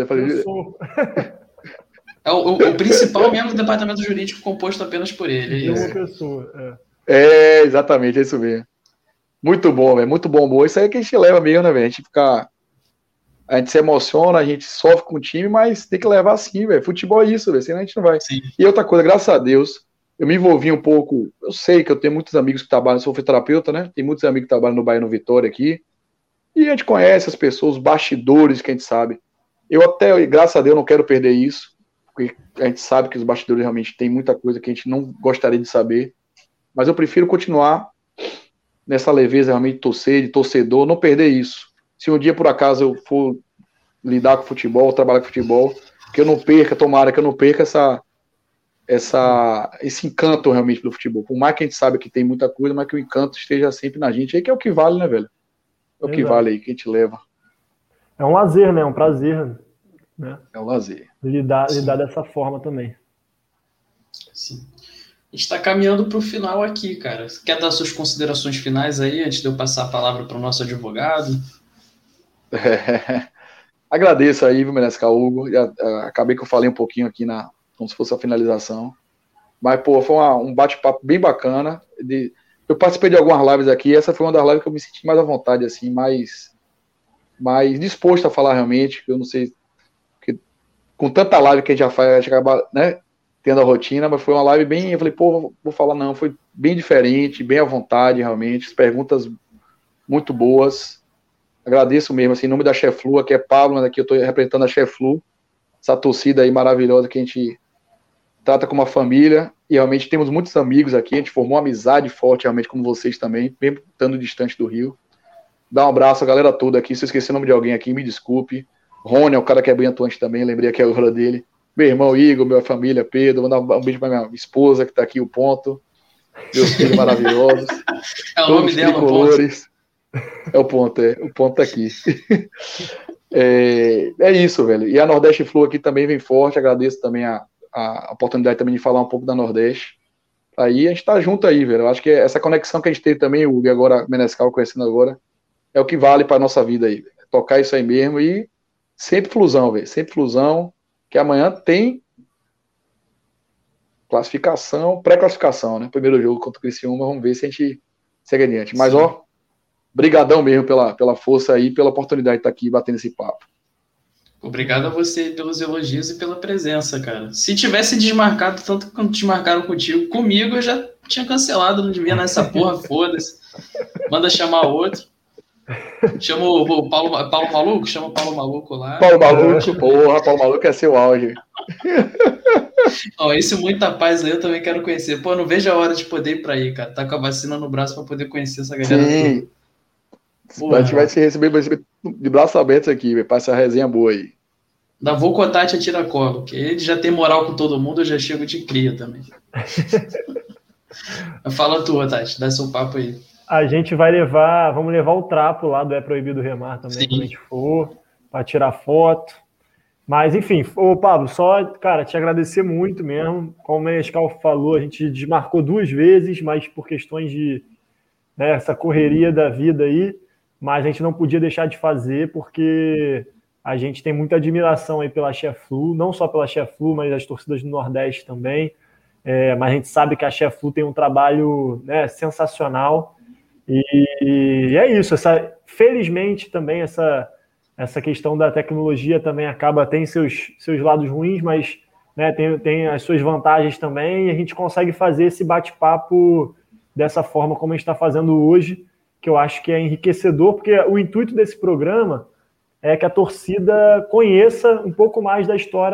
O principal membro do departamento jurídico composto apenas por ele. É uma pessoa. Exatamente, é isso mesmo. Muito bom, velho. Muito bom. Isso aí é que a gente leva mesmo, né, velho? A gente se emociona, a gente sofre com o time, mas tem que levar assim, velho. Futebol é isso, velho. Senão a gente não vai. Sim. E outra coisa, graças a Deus, eu me envolvi um pouco. Eu sei que eu tenho muitos amigos que trabalham, sou fisioterapeuta, né? Tem muitos amigos que trabalham no Bahia, no Vitória aqui. E a gente conhece as pessoas, os bastidores que a gente sabe. Eu até, graças a Deus, não quero perder isso, porque a gente sabe que os bastidores realmente tem muita coisa que a gente não gostaria de saber. Mas eu prefiro continuar nessa leveza realmente de torcedor, não perder isso. Se um dia, por acaso, eu for lidar com futebol, trabalhar com futebol, que eu não perca, tomara que eu não perca esse encanto realmente do futebol. Por mais que a gente saiba que tem muita coisa, mas que o encanto esteja sempre na gente. Aí que é o que vale, né, velho? É o que vale aí, que a gente leva. É um lazer, né? É um prazer. Né? É um lazer. Lidar dessa forma também. Sim. A gente está caminhando para o final aqui, cara. Você quer dar suas considerações finais aí, antes de eu passar a palavra para o nosso advogado? Agradeço aí, viu, Menescal, Hugo. Acabei que eu falei um pouquinho aqui como se fosse a finalização. Mas, pô, foi um bate-papo bem bacana. Eu participei de algumas lives aqui, essa foi uma das lives que eu me senti mais à vontade, assim, mais mas disposto a falar realmente, eu não sei, porque com tanta live que a gente já faz, a gente acaba, né, tendo a rotina, mas foi uma live bem, eu falei, pô, vou falar não, foi bem diferente, bem à vontade realmente, as perguntas muito boas, agradeço mesmo, assim, em nome da Cheflu, aqui é Pablo, mas aqui eu estou representando a Cheflu, essa torcida aí maravilhosa que a gente trata como uma família, e realmente temos muitos amigos aqui, a gente formou uma amizade forte realmente como vocês também, mesmo estando distante do Rio. Dá um abraço à galera toda aqui, se eu esqueci o nome de alguém aqui, me desculpe. Rony é o cara que é bem atuante também, lembrei aqui agora dele. Meu irmão Igor, minha família, Pedro, mandar um beijo para minha esposa que está aqui, o Ponto. Meus filhos maravilhosos. É o nome dela, tricolores. O Ponto tá aqui. É isso, velho. E a Nordeste Flu aqui também vem forte, agradeço também a oportunidade também de falar um pouco da Nordeste. Aí a gente tá junto aí, velho. Eu acho que essa conexão que a gente teve também, o Hugo agora, Menescal conhecendo agora, é o que vale pra nossa vida aí, velho. Tocar isso aí mesmo e sempre Flusão, velho. Sempre Flusão, que amanhã tem classificação, pré-classificação, né? Primeiro jogo contra o Criciúma, vamos ver se a gente segue adiante. Mas, ó, brigadão mesmo pela força aí, pela oportunidade de estar aqui batendo esse papo. Obrigado a você pelos elogios e pela presença, cara. Se tivesse desmarcado tanto quanto desmarcaram comigo eu já tinha cancelado, não devia nessa porra, foda-se. Manda chamar outro. Chama o Paulo Maluco? Chama o Paulo Maluco lá. Paulo Maluco, porra, Paulo Maluco é seu auge. Ó, esse Muita Paz aí eu também quero conhecer. Pô, não vejo a hora de poder ir pra aí, cara. Tá com a vacina no braço pra poder conhecer essa galera. Sim. A gente vai se receber de braços abertos aqui, pra essa resenha boa aí. Da Vocotati a Tiracolo, que ele já tem moral com todo mundo, eu já chego de cria também. Fala tu, Tati, dá seu papo aí. A gente vamos levar o trapo lá do É Proibido Remar também, Sim. Quando a gente for, para tirar foto. Mas, enfim, ô Pablo, só, cara, te agradecer muito mesmo. Como o Menescal falou, a gente desmarcou 2 vezes, mas por questões de essa correria da vida aí, mas a gente não podia deixar de fazer, porque a gente tem muita admiração aí pela Cheflu, não só pela Cheflu, mas as torcidas do Nordeste também. Mas a gente sabe que a Cheflu tem um trabalho sensacional. E é isso. Felizmente também essa questão da tecnologia também tem seus lados ruins, mas tem as suas vantagens também, e a gente consegue fazer esse bate-papo dessa forma como a gente está fazendo hoje, que eu acho que é enriquecedor, porque o intuito desse programa é que a torcida conheça um pouco mais da história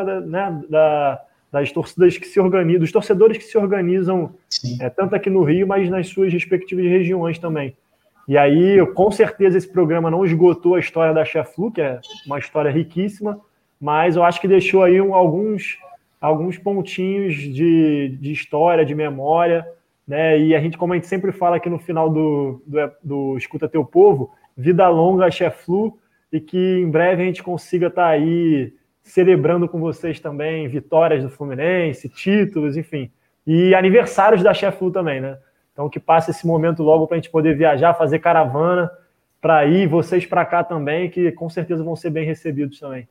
das torcidas que se organizam, dos torcedores que se organizam tanto aqui no Rio, mas nas suas respectivas regiões também. E aí, com certeza, esse programa não esgotou a história da Cheflu, que é uma história riquíssima, mas eu acho que deixou aí alguns pontinhos de história, de memória, né? E como a gente sempre fala aqui no final do Escuta Teu Povo, vida longa a Cheflu, e que em breve a gente consiga estar aí celebrando com vocês também vitórias do Fluminense, títulos, enfim. E aniversários da Cheflu também, né? Então que passe esse momento logo para a gente poder viajar, fazer caravana, para ir, vocês para cá também, que com certeza vão ser bem recebidos também.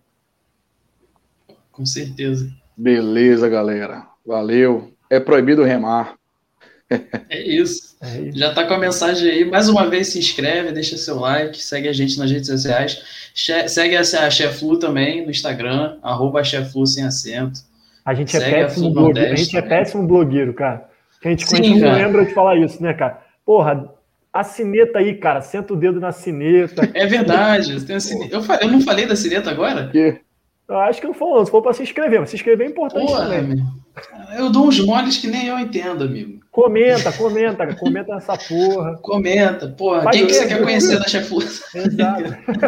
Com certeza. Beleza, galera. Valeu. É proibido remar. É isso. Já tá com a mensagem aí. Mais uma vez, se inscreve, deixa seu like, segue a gente nas redes sociais. Segue a Cheflu também no Instagram, @Cheflu sem acento. A gente é péssimo blogueiro, cara. A gente não lembra de falar isso, né, cara? Porra, a sineta aí, cara, senta o dedo na sineta. É verdade. Eu não falei da sineta agora? Eu acho que não falou, se for pra se inscrever, mas se inscrever é importante também. Eu dou uns moles que nem eu entendo, amigo. Comenta nessa porra. Comenta, porra. Quem que você quer conhecer da Cheflu? Exato.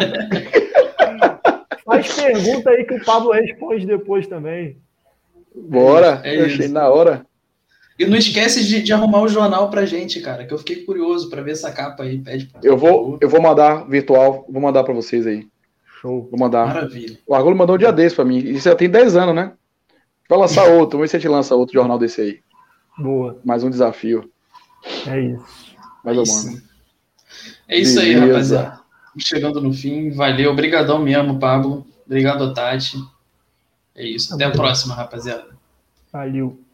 Faz pergunta aí que o Pablo responde depois também. Bora, eu achei na hora. E não esquece de arrumar o jornal pra gente, cara, que eu fiquei curioso pra ver essa capa aí. Eu vou mandar virtual, vou mandar pra vocês aí. Show. Vou mandar. Maravilha. O Argolo mandou um dia desse pra mim. Isso já tem 10 anos, né? Vai lançar outro. Vamos ver se a gente lança outro jornal desse aí. Boa. Mais um desafio. É isso. Mais ou menos. É isso aí, rapaziada. Chegando no fim. Valeu. Obrigadão mesmo, Pablo. Obrigado, Tati. É isso. Até a próxima, rapaziada. Valeu.